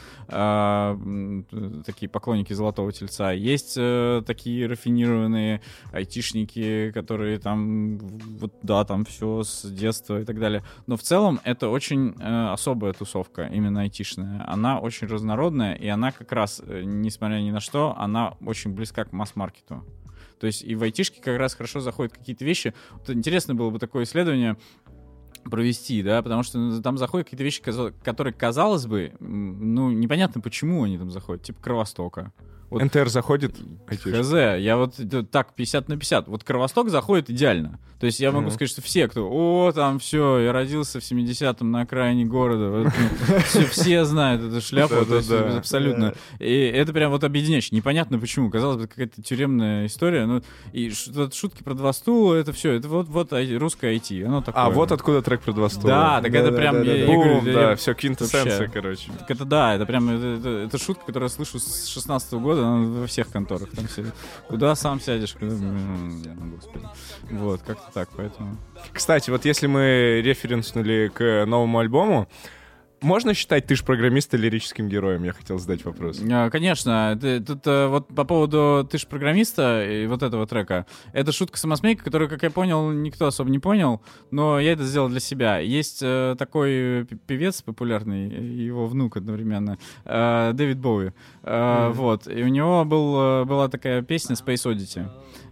А, м, такие поклонники золотого тельца. Есть э, такие рафинированные айтишники, которые там... Вот, да, там все с детства и так далее. Но в целом это очень очень э, особая тусовка, именно айтишная. Она очень разнородная, и она как раз, э, несмотря ни на что, она очень близка к масс-маркету. То есть и в айтишке как раз хорошо заходят какие-то вещи. Вот интересно было бы такое исследование провести, да, потому что там заходят какие-то вещи, которые, казалось бы, ну, непонятно, почему они там заходят, типа Кровостока. Вот эн тэ эр заходит? Хз, я вот так, пятьдесят на пятьдесят. Вот Кровосток заходит идеально. То есть я могу mm-hmm. сказать, что все, кто, о, там все, я родился в семидесятом на окраине города, вот, ну, все, все знают эту шляпу, то есть абсолютно. И это прям вот объединяющее. Непонятно почему. Казалось бы, какая-то тюремная история. Ну, и шутки про два стула, это все, это вот, вот русское ай ти. Оно такое. А вот откуда трек про два стула. Да, так это прям... Бум, да, все, квинтэссенция, короче. Так это да, это прям, это шутка, которую я слышу с шестнадцатого года, во всех конторах там все. Куда сам сядешь? Куда... Господи. Вот, как-то так, поэтому... Кстати, вот если мы референснули к новому альбому, можно считать «Ты ж программиста» лирическим героем? Я хотел задать вопрос. Конечно. Ты, тут вот по поводу «Ты ж программиста» и вот этого трека. Это шутка-самосмейка, которую, как я понял, никто особо не понял, но я это сделал для себя. Есть э, такой певец популярный, его внук одновременно, э, Дэвид Боуи. Э, mm-hmm. Вот. И у него был, была такая песня «Space Oddity».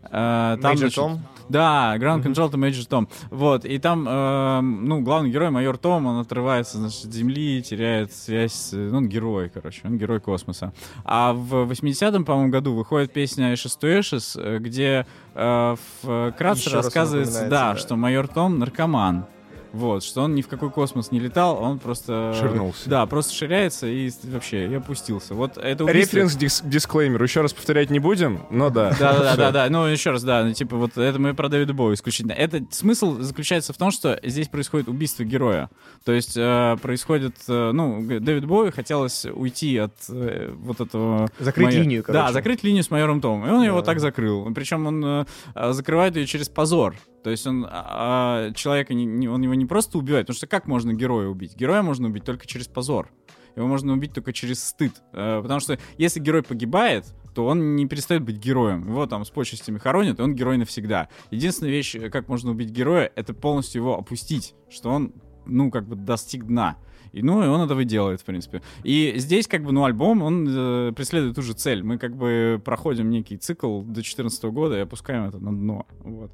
Uh, там, Major значит, Tom? Да, Ground Control to Major Tom. Вот, и там, э, ну, главный герой, майор Том, он отрывается, значит, от Земли, теряет связь с... Ну, он герой, короче, он герой космоса. А в восьмидесятом, по-моему, году выходит песня Ashes to Ashes, где э, вкратце Еще рассказывается, да, да, что майор Том наркоман. Вот, что он ни в какой космос не летал, он просто... Ширнулся. Да, просто ширяется и вообще, и опустился. Вот это убийство... Референс дис- дисклеймеру. Еще раз повторять не будем, но да. Да-да-да, ну еще раз, да, типа вот это мы про Дэвида Боуи исключительно. Это смысл заключается в том, что здесь происходит убийство героя. То есть э, происходит, э, ну, Дэвид Боуи хотелось уйти от э, вот этого... Закрыть майор... линию, короче. Да, закрыть линию с майором Томом. И он да. его так закрыл. Причем он э, закрывает ее через позор. То есть он а, человека, не, не, он его не просто убивает, потому что как можно героя убить? Героя можно убить только через позор. Его можно убить только через стыд. А, потому что если герой погибает, то он не перестает быть героем. Его там с почестями хоронят, и он герой навсегда. Единственная вещь, как можно убить героя, это полностью его опустить, что он, ну, как бы достиг дна. И, ну, и он это и делает, в принципе. И здесь, как бы, ну, альбом, он э, преследует ту же цель. Мы, как бы, проходим некий цикл до две тысячи четырнадцатого года и опускаем это на дно. Вот.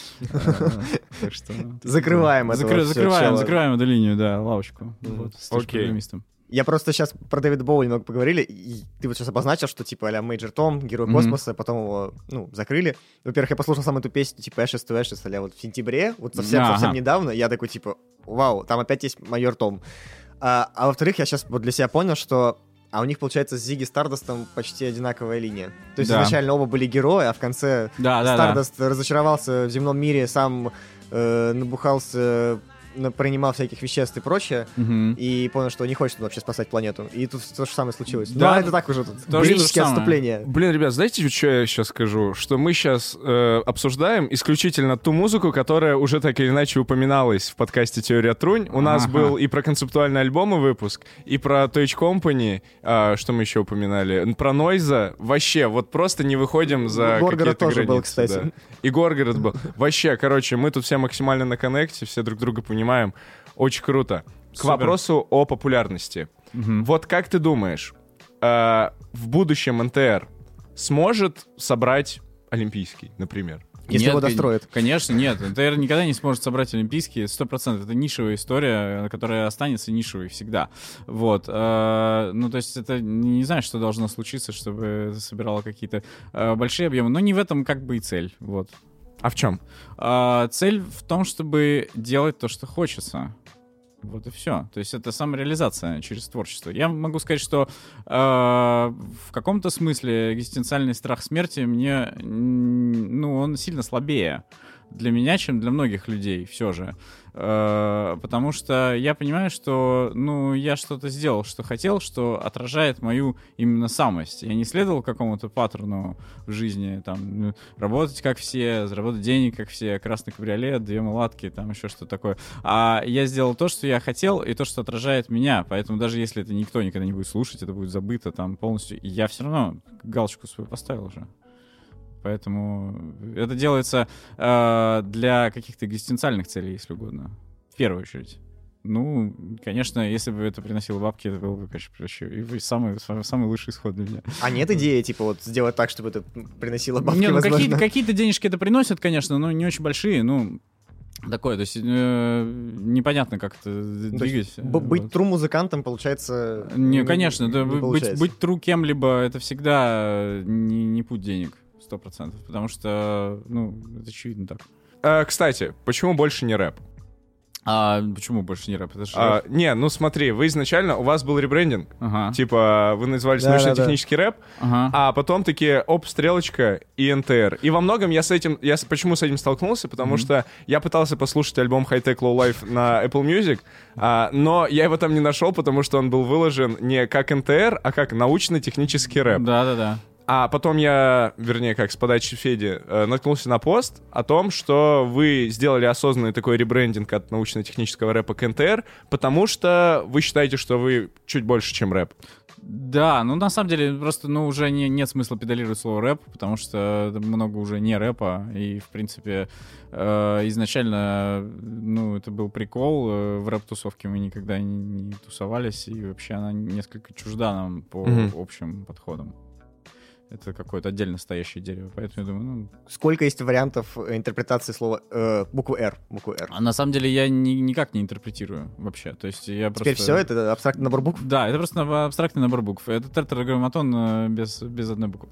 Закрываем это. Закрываем, закрываем эту линию, да, лавочку. Окей. Я просто сейчас про Дэвида Боуи немного поговорили, и ты вот сейчас обозначил, что типа а-ля Мейджор Том, Герой mm-hmm. космоса, потом его, ну, закрыли. Во-первых, я послушал сам эту песню, типа Ashes to Ashes, а-ля вот в сентябре, вот совсем-совсем ага. недавно, я такой, типа, вау, там опять есть Майор Том. А, а во-вторых, я сейчас вот для себя понял, что а у них, получается, с Зигги Стардостом почти одинаковая линия. То есть да. изначально оба были герои, а в конце да, Стардаст да, да. разочаровался в земном мире, сам э, набухался, принимал всяких веществ и прочее, угу. и понял, что не хочет вообще спасать планету. И тут то же самое случилось. Да, это так уже тут. Лирические отступления. Блин, ребят, знаете, что я сейчас скажу? Что мы сейчас э, обсуждаем исключительно ту музыку, которая уже так или иначе упоминалась в подкасте «Теория Трунь». У нас ага. был и про концептуальные альбомы выпуск, и про Toy Company, э, что мы еще упоминали, про Нойза. Вообще, вот просто не выходим за Горгород какие-то тоже границы. Был, кстати. Да. И Горгород был. Вообще, короче, мы тут все максимально на коннекте, все друг друга понимаем. Понимаем. Очень круто. К Супер. Вопросу о популярности. Угу. Вот как ты думаешь, э, в будущем эн тэ эр сможет собрать олимпийский, например? Если нет, его достроят. Конечно, нет. эн тэ эр никогда не сможет собрать олимпийские, сто процентов. Это нишевая история, которая останется нишевой всегда. Вот. Э, ну, то есть это не знаю, что должно случиться, чтобы это собирало какие-то э, большие объемы. Но не в этом как бы и цель. Вот. А в чем? А, цель в том, чтобы делать то, что хочется. Вот и все. То есть это самореализация через творчество. Я могу сказать, что э, в каком-то смысле экзистенциальный страх смерти мне, ну, он сильно слабее для меня, чем для многих людей все же. Э, потому что я понимаю, что, ну, я что-то сделал, что хотел, что отражает мою именно самость. Я не следовал какому-то паттерну в жизни, там, работать как все, заработать денег как все, красный кабриолет, две мулатки, там, еще что-то такое. А я сделал то, что я хотел, и то, что отражает меня. Поэтому даже если это никто никогда не будет слушать, это будет забыто там полностью, я все равно галочку свою поставил уже. Поэтому это делается э, для каких-то экзистенциальных целей, если угодно. В первую очередь. Ну, конечно, если бы это приносило бабки, это было бы, конечно, вообще и самый, самый лучший исход для меня. А нет идеи, типа, вот сделать так, чтобы это приносило бабки, не, ну, возможно? Какие-то, какие-то денежки это приносят, конечно, но не очень большие, ну... Такое, то есть э, непонятно, как это ну, двигать. Б- вот. Быть тру-музыкантом, получается... Не, конечно, не, да, не быть, быть тру кем-либо, это всегда не, не путь денег, сто процентов, потому что, ну, это очевидно так. А, кстати, почему больше не рэп? А почему больше не рэп? Это же а, рэп. Не, ну смотри, вы изначально, у вас был ребрендинг, ага. типа вы назывались да, научно-технический да, да. рэп, ага. а потом такие оп, стрелочка и эн тэ эр. И во многом я с этим, я почему с этим столкнулся, потому mm-hmm. что я пытался послушать альбом High Tech Low Life на Apple Music, а, но я его там не нашел, потому что он был выложен не как эн тэ эр, а как научно-технический рэп. Да-да-да. А потом я, вернее, как с подачи Феди, э, наткнулся на пост о том, что вы сделали осознанный такой ребрендинг от научно-технического рэпа к эн тэ эр, потому что вы считаете, что вы чуть больше, чем рэп. Да, ну на самом деле просто ну, уже не, нет смысла педалировать слово рэп, потому что много уже не рэпа, и в принципе э, изначально ну, это был прикол, э, в рэп-тусовке мы никогда не, не тусовались, и вообще она несколько чужда нам по mm-hmm. общим подходам. Это какое-то отдельно стоящее дерево, поэтому я думаю, ну... Сколько есть вариантов интерпретации слова э, буквы «Р», буквы «Р»? А на самом деле я ни, никак не интерпретирую вообще, то есть я Теперь просто... все, это абстрактный набор букв? Да, это просто абстрактный набор букв. Это тетраграмматон без, без одной буквы.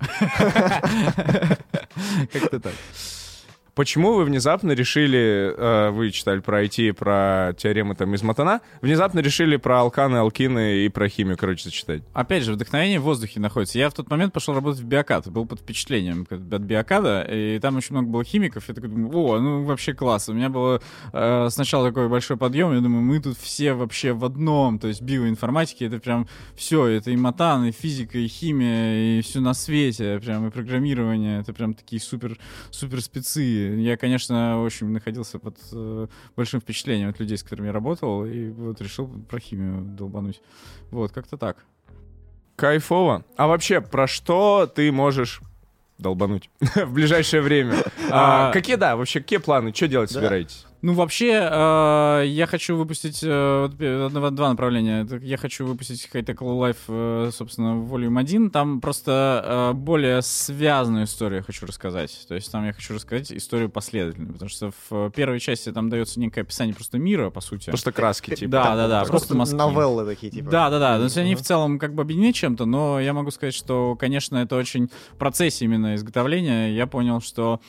Как-то так. Почему вы внезапно решили, э, вы читали про ай ти, про теоремы там из Матана, внезапно решили про алканы, алкины и про химию, короче, зачитать? Опять же, вдохновение в воздухе находится. Я в тот момент пошел работать в биокад, был под впечатлением от биокада, и там очень много было химиков, я такой думаю, о, ну вообще класс. У меня было э, сначала такой большой подъем, я думаю, мы тут все вообще в одном, то есть биоинформатики, это прям все, это и Матан, и физика, и химия, и все на свете, прям и программирование, это прям такие супер, супер спецы. Я, конечно, очень находился под э, большим впечатлением от людей, с которыми я работал, и вот решил про химию долбануть. Вот, как-то так. Кайфово. А вообще, про что ты можешь долбануть в ближайшее время? А, какие, да, вообще, какие планы? Что делать собираетесь? Ну, вообще, э, я хочу выпустить э, два, два направления. Я хочу выпустить High Tech Low Life, э, собственно, Volume один. Там просто э, более связанную историю хочу рассказать. То есть там я хочу рассказать историю последовательную. Потому что в первой части там дается некое описание просто мира, по сути. Просто краски, типа. Да, да, да. Просто, Просто мазки. новеллы такие, типа. Да, да, да. То есть они в целом как бы объединены чем-то, но я могу сказать, что, конечно, это очень в процессе именно изготовления. Я понял, что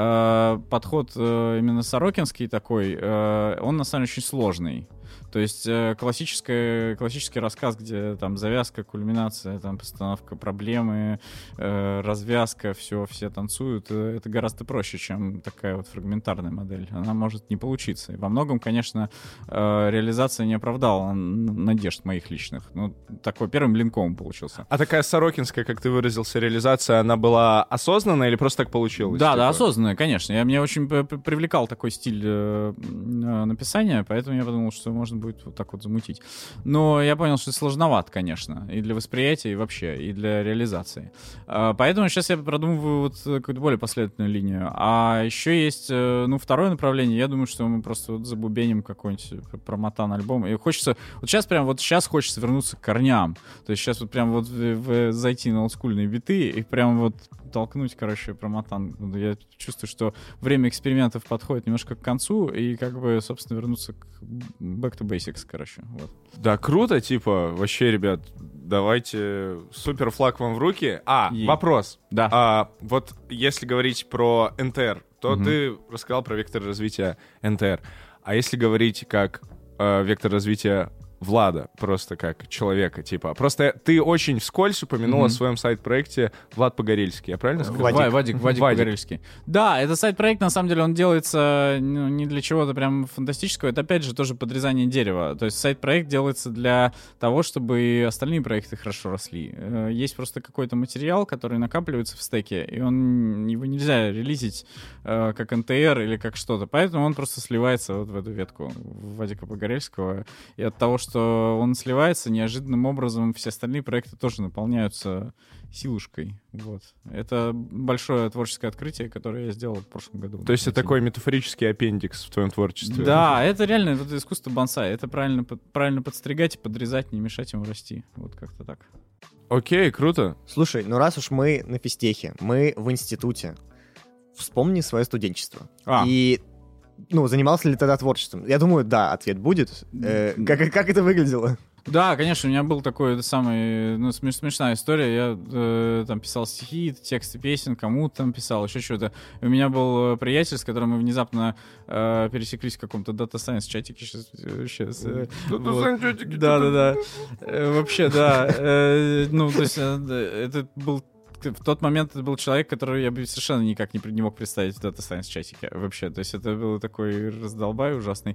э, подход э, именно сорокинский такой, э, он на самом деле очень сложный. То есть э, классическая, классический рассказ, где там завязка, кульминация, там постановка проблемы, э, развязка, все, все танцуют, э, это гораздо проще, чем такая вот фрагментарная модель. Она может не получиться. И во многом, конечно, э, реализация не оправдала надежд моих личных. Ну, такой первым блинком получился. А такая сорокинская, как ты выразился, реализация, она была осознанная или просто так получилось? Да, типа? да, осознанная, конечно. Я, меня очень привлекал такой стиль э, написания, поэтому я подумал, что можно будет вот так вот замутить. Но я понял, что это сложновато, конечно, и для восприятия, и вообще, и для реализации. А, поэтому сейчас я продумываю вот какую-то более последовательную линию. А еще есть, ну, второе направление. Я думаю, что мы просто вот забубеним какой-нибудь промотан альбом. И хочется... Вот сейчас прям вот сейчас хочется вернуться к корням. То есть сейчас вот прям вот в, в, зайти на олдскульные биты и прям вот толкнуть, короче, промотан. Я чувствую, что время экспериментов подходит немножко к концу, и как бы, собственно, вернуться к back to basics, короче. Вот. Да, круто, типа, вообще, ребят, давайте супер флаг вам в руки. А, Ей. вопрос. Да. А, вот если говорить про эн тэ эр, то Мгм. ты рассказал про вектор развития эн тэ эр. А если говорить как э, вектор развития Влада, просто как человека, типа. Просто ты очень вскользь упомянул Мгм. о своем сайт-проекте Влад Погорельский, я правильно сказал? Вадик, Вадик, Вадик, Вадик Вадик. Погорельский. Да, это сайт-проект, на самом деле, он делается ну, не для чего-то прям фантастического. Это, опять же, тоже подрезание дерева. То есть сайт-проект делается для того, чтобы и остальные проекты хорошо росли. Э, Есть просто какой-то материал, который накапливается в стеке, и он его нельзя релизить э, как эн тэ эр или как что-то. Поэтому он просто сливается вот в эту ветку Вадика Погорельского. И от того, что он сливается, неожиданным образом все остальные проекты тоже наполняются силушкой. Вот. Это большое творческое открытие, которое я сделал в прошлом году. То есть это такой метафорический аппендикс в твоем творчестве? Да, это реально это искусство бонсай. Это правильно, под- правильно подстригать и подрезать, не мешать ему расти. Вот как-то так. Окей, круто. Слушай, ну раз уж мы на физтехе, мы в институте, вспомни свое студенчество. А. И, ну, занимался ли ты тогда творчеством? Я думаю, да, ответ будет. Э, как, как это выглядело? Да, конечно, у меня был такой это самый, ну, смеш- смешная история. Я э, там писал стихи, тексты песен, кому-то там писал, еще что-то. И у меня был э, приятель, с которым мы внезапно э, пересеклись в каком-то Data Science чатике. Сейчас, э, сейчас, э, вот. Да, да, да. Э, Вообще, да. Э, Ну, то есть, э, это был в тот момент это был человек, который я бы совершенно никак не, при- не мог представить в Data Science чатике вообще. То есть это был такой раздолбай ужасный.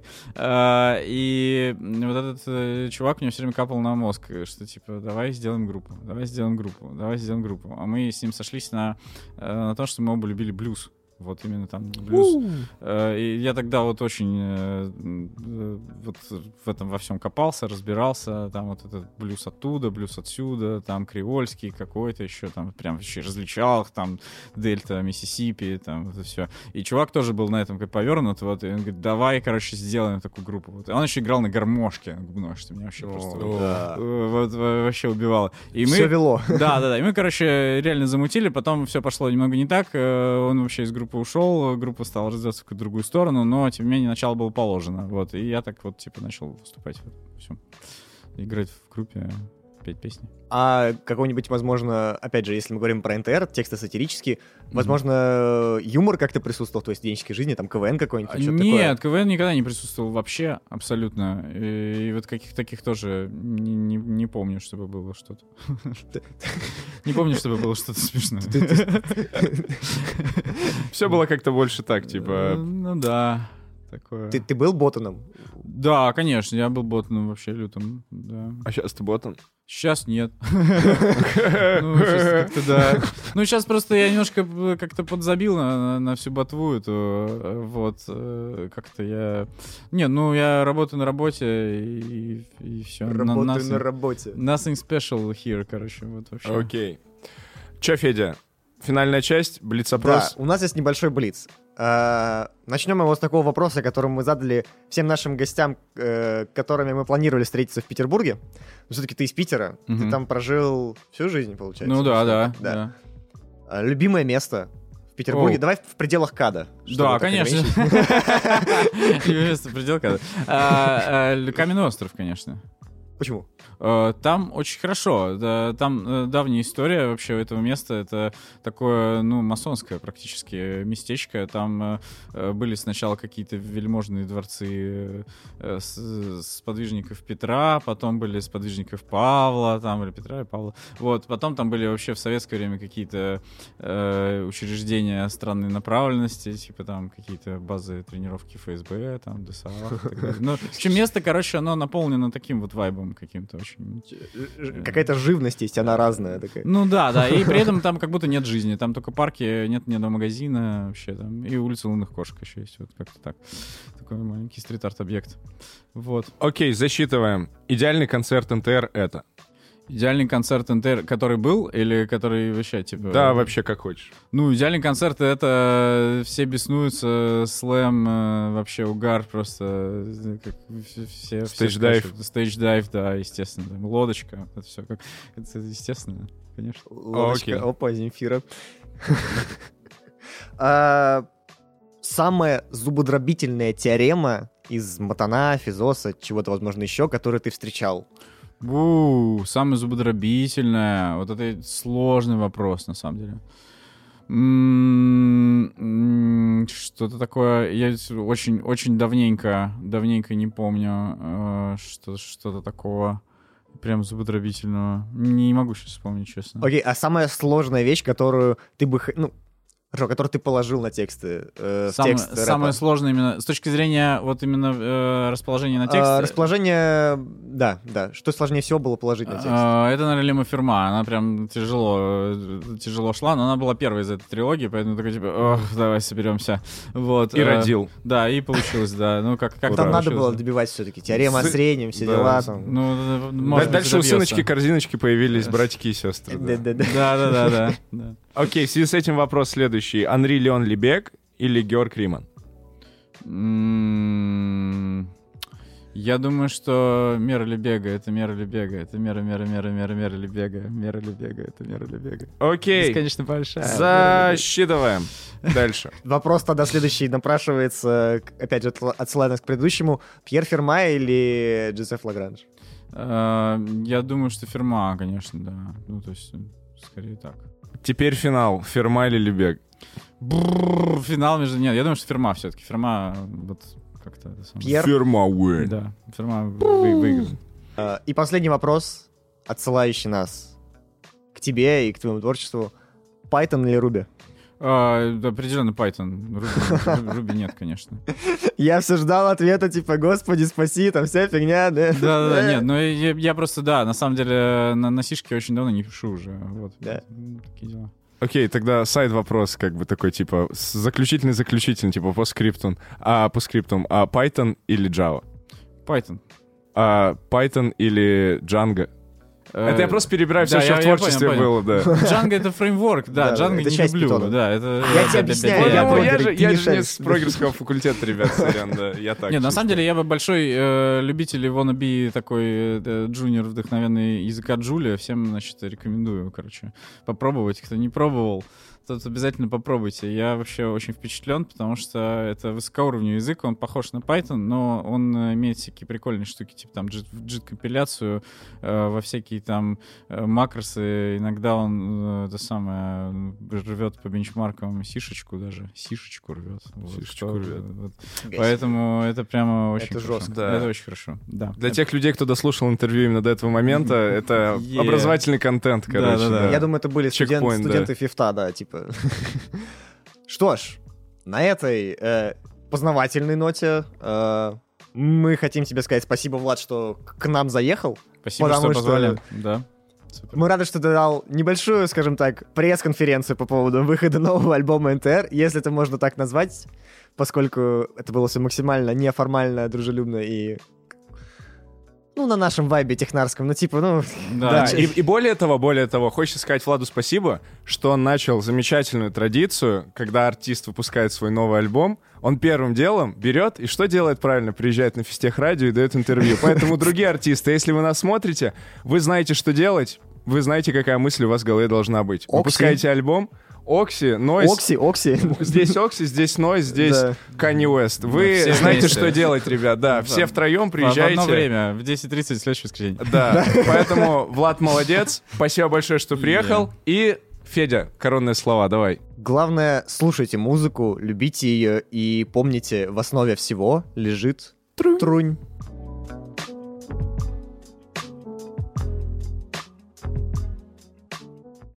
А, и вот этот э, чувак мне все время капал на мозг, что типа давай сделаем группу, давай сделаем группу, давай сделаем группу. А мы с ним сошлись на, э, на том, что мы оба любили блюз. Вот именно там блюз. Э, И я тогда вот очень э, э, вот в этом во всем копался, разбирался. Там вот этот блюз оттуда, блюз отсюда, там креольский какой-то еще, там прям вообще различал их, там Дельта, Миссисипи, там это все. И чувак тоже был на этом как повернут, вот, и он говорит, давай, короче, сделаем такую группу. Вот. И он еще играл на гармошке губной, что меня вообще просто вот, Да. э, вот, э, вообще убивало. И мы... Все вело. Да, да, да. И мы, короче, реально замутили, потом все пошло немного не так. э, Он вообще из группы ушел, группа стала развиваться в какую-то другую сторону, но, тем не менее, начало было положено. Вот. И я так вот, типа, начал выступать. Вот, всё. Играть в группе, петь песни. А какой-нибудь, возможно, опять же, если мы говорим про эн тэ эр, тексты сатирические, возможно, юмор как-то присутствовал в твоей студенческой жизни, там КВН какой-нибудь, А, что-то Нет, КВН никогда не присутствовал вообще, абсолютно. И, и вот каких таких тоже не, не, не помню, чтобы было что-то. Не помню, чтобы было что-то смешное. Все было как-то больше так, Э, типа... Ну да. Такое. Ты, ты был ботаном? Да, конечно, я был ботаном вообще лютым, да. А сейчас ты ботан? Сейчас нет. Ну, сейчас как-то да. Ну, сейчас просто я немножко как-то подзабил на, на всю ботву эту. Вот. Как-то я... Не, ну, я работаю на работе и, и все. Работаю на, nothing, на работе. Nothing special here, короче. Вот вообще. Окей. Че, Федя? Финальная часть, блиц-опрос. Да, у нас есть небольшой блиц. А, начнем его с такого вопроса, который мы задали всем нашим гостям, э, которыми мы планировали встретиться в Петербурге. Но все-таки ты из Питера, Мгм. ты там прожил всю жизнь, получается. Ну да, Что- да, да. да. А, любимое место в Петербурге? О. Давай в пределах КАДа. чтобы Да, так конечно. ограничить. Место предел когда. А, а, Каменный остров, конечно. Почему? Э, Там очень хорошо. Да, там э, давняя история вообще у этого места. Это такое, ну, масонское практически местечко. Там э, э, были сначала какие-то вельможные дворцы э, с- сподвижников Петра, потом были сподвижников Павла, там были Петра и Павла. Вот, потом там были вообще в советское время какие-то э, учреждения странной направленности, типа там какие-то базы тренировки ФСБ, там, ДСА и так далее. Ну, в общем, место, короче, оно наполнено таким вот вайбом каким-то очень. Ж- Какая-то живность есть, она разная такая. Ну да, да, и при этом там как будто нет жизни, там только парки, нет ни одного магазина вообще там, и улица лунных кошек еще есть, вот как-то так. Такой маленький стрит-арт-объект. Вот. Окей, засчитываем. Идеальный концерт эн тэ эр — это? Идеальный концерт эн тэ эр, который был, или который вообще, типа... Да, вообще как хочешь. Ну, идеальный концерт — это все беснуются, слэм, э, вообще угар просто, э, как все... все Стейдж-дайв. скачут. Стейдж-дайв, да, естественно. Там лодочка, это все как... Это естественно, конечно. Лодочка, Окей. опа, Земфира. А, Самая зубодробительная теорема из Матана, Физоса, чего-то, возможно, еще, которую ты встречал. У, самое зубодробительное. Вот это сложный вопрос, на самом деле. М, м, Что-то такое. Я очень, очень давненько, давненько не помню э, что, что-то такого прям зубодробительного. Не могу сейчас вспомнить, честно. Окей, а самая сложная вещь, которую ты бы... х- Ну, хорошо, которую ты положил на тексты, э, в Самое, текст рэпа. самое сложное именно с точки зрения вот именно э, расположения на А, тексте. расположение... Да, да. Что сложнее всего было положить на текст? А, Это, наверное, Лема Ферма. Она прям тяжело, э, тяжело шла, но она была первой из этой трилогии, поэтому такой типа, ох, давай соберемся. Вот. И э, родил. Да, и получилось, да. Ну, как, как Там надо получилось. было добивать все-таки. Теорема о Сы- среднем, все да. дела там. Ну, э, Да- может быть, Дальше у добьется. сыночки-корзиночки появились братики и сестры. да. Да-да-да. Да, да, да, да, да. Окей, в связи с этим вопрос следующий. Анри Леон Лебег или Георг Риман? М, Я думаю, что мера Лебега — это мера Лебега, это мера, мера, мера, мера, мера Лебега, мера Лебега, это мера Лебега. Окей, Бесконечно большая. засчитываем. Дальше. Вопрос тогда следующий напрашивается, к- опять же, отсла- отсылая нас к предыдущему. Пьер Ферма или Джозеф Лагранж? Э, Я думаю, что Ферма, конечно, да. Ну, то есть, скорее так. Теперь финал. Ферма или Лебег? Бррр, финал между... Нет, я думаю, что Ферма все-таки. Ферма вот как-то... это самое- Пьер. Ферма win. Да, Ферма вы- выиграл. А, И последний вопрос, отсылающий нас к тебе и к твоему творчеству. Python или Ruby? А, да, определенно Python. Ruby, Ruby нет, конечно. Я все ждал ответа, типа, господи, спаси, там вся фигня, да? Да-да-да, нет, но я, я просто, да, на самом деле на, на сишке очень давно не пишу уже. Вот, Да. вот, такие дела. Окей, тогда сайд-вопрос, как бы такой, типа, с- заключительный-заключительный, типа, по скриптам. А, по скриптам. А Python или Java? Python. А Python или Django? Это я просто перебираю все, да, что я- в я творчестве понял, было, да. Django — это фреймворк, да, Да, Django это не часть люблю. Python. Да, это, Я это- тебе это- объясняю, это- я Ну, понял. я блогер, же, ты я не же не шаришь. с прогерского факультета, ребят, сорян, да, я так. Нет, на чисто. самом деле я бы большой э, любитель wannabe такой э, джуниор вдохновенный языка Джулия. Всем, значит, рекомендую, короче, попробовать. Кто не пробовал, тот обязательно попробуйте. Я вообще очень впечатлен, потому что это высокоуровневый язык, он похож на Python, но он э, имеет всякие прикольные штуки, типа там джит-компиляцию э, во всякие там э, макросы. Иногда он э, это самое рвет по бенчмаркам сишечку даже. Сишечку рвет. Вот, Сишечку кто- рвет. вот. Поэтому это прямо очень Это хорошо. жестко. Да. Это очень хорошо. Да. Для тех людей, кто дослушал интервью именно до этого момента, это Е. образовательный контент, короче. Да-да-да. да. Я думаю, это были студент- Чекпоинт, да. студенты фифта, да, типа. Что ж, на этой э, познавательной ноте э, мы хотим тебе сказать спасибо, Влад, что к нам заехал. Спасибо, Потому что что- позвали. Да. Супер. Мы рады, что ты дал небольшую, скажем так, пресс-конференцию по поводу выхода нового альбома эн тэ эр, если это можно так назвать, поскольку это было все максимально неформально, дружелюбно и... Ну, на нашем вайбе технарском, ну, типа, ну... Да, Да. и, и более того, более того, хочется сказать Владу спасибо, что он начал замечательную традицию, когда артист выпускает свой новый альбом, он первым делом берет и что делает правильно? Приезжает на физтех радио и дает интервью. Поэтому, другие артисты, если вы нас смотрите, вы знаете, что делать, вы знаете, какая мысль у вас в голове должна быть. Окси. Выпускаете альбом, Окси, Нойз. Окси, Окси. Здесь Окси, здесь Нойз, здесь Да. Канье Уэст. Вы все знаете, вместе. что делать, ребят, да. Все втроем В приезжайте. одно время, в десять тридцать следующее воскресенье. Да, поэтому Влад молодец. Спасибо большое, что приехал. И, Федя, коронные слова, давай. Главное, слушайте музыку, любите ее и помните, в основе всего лежит Трунь. трунь.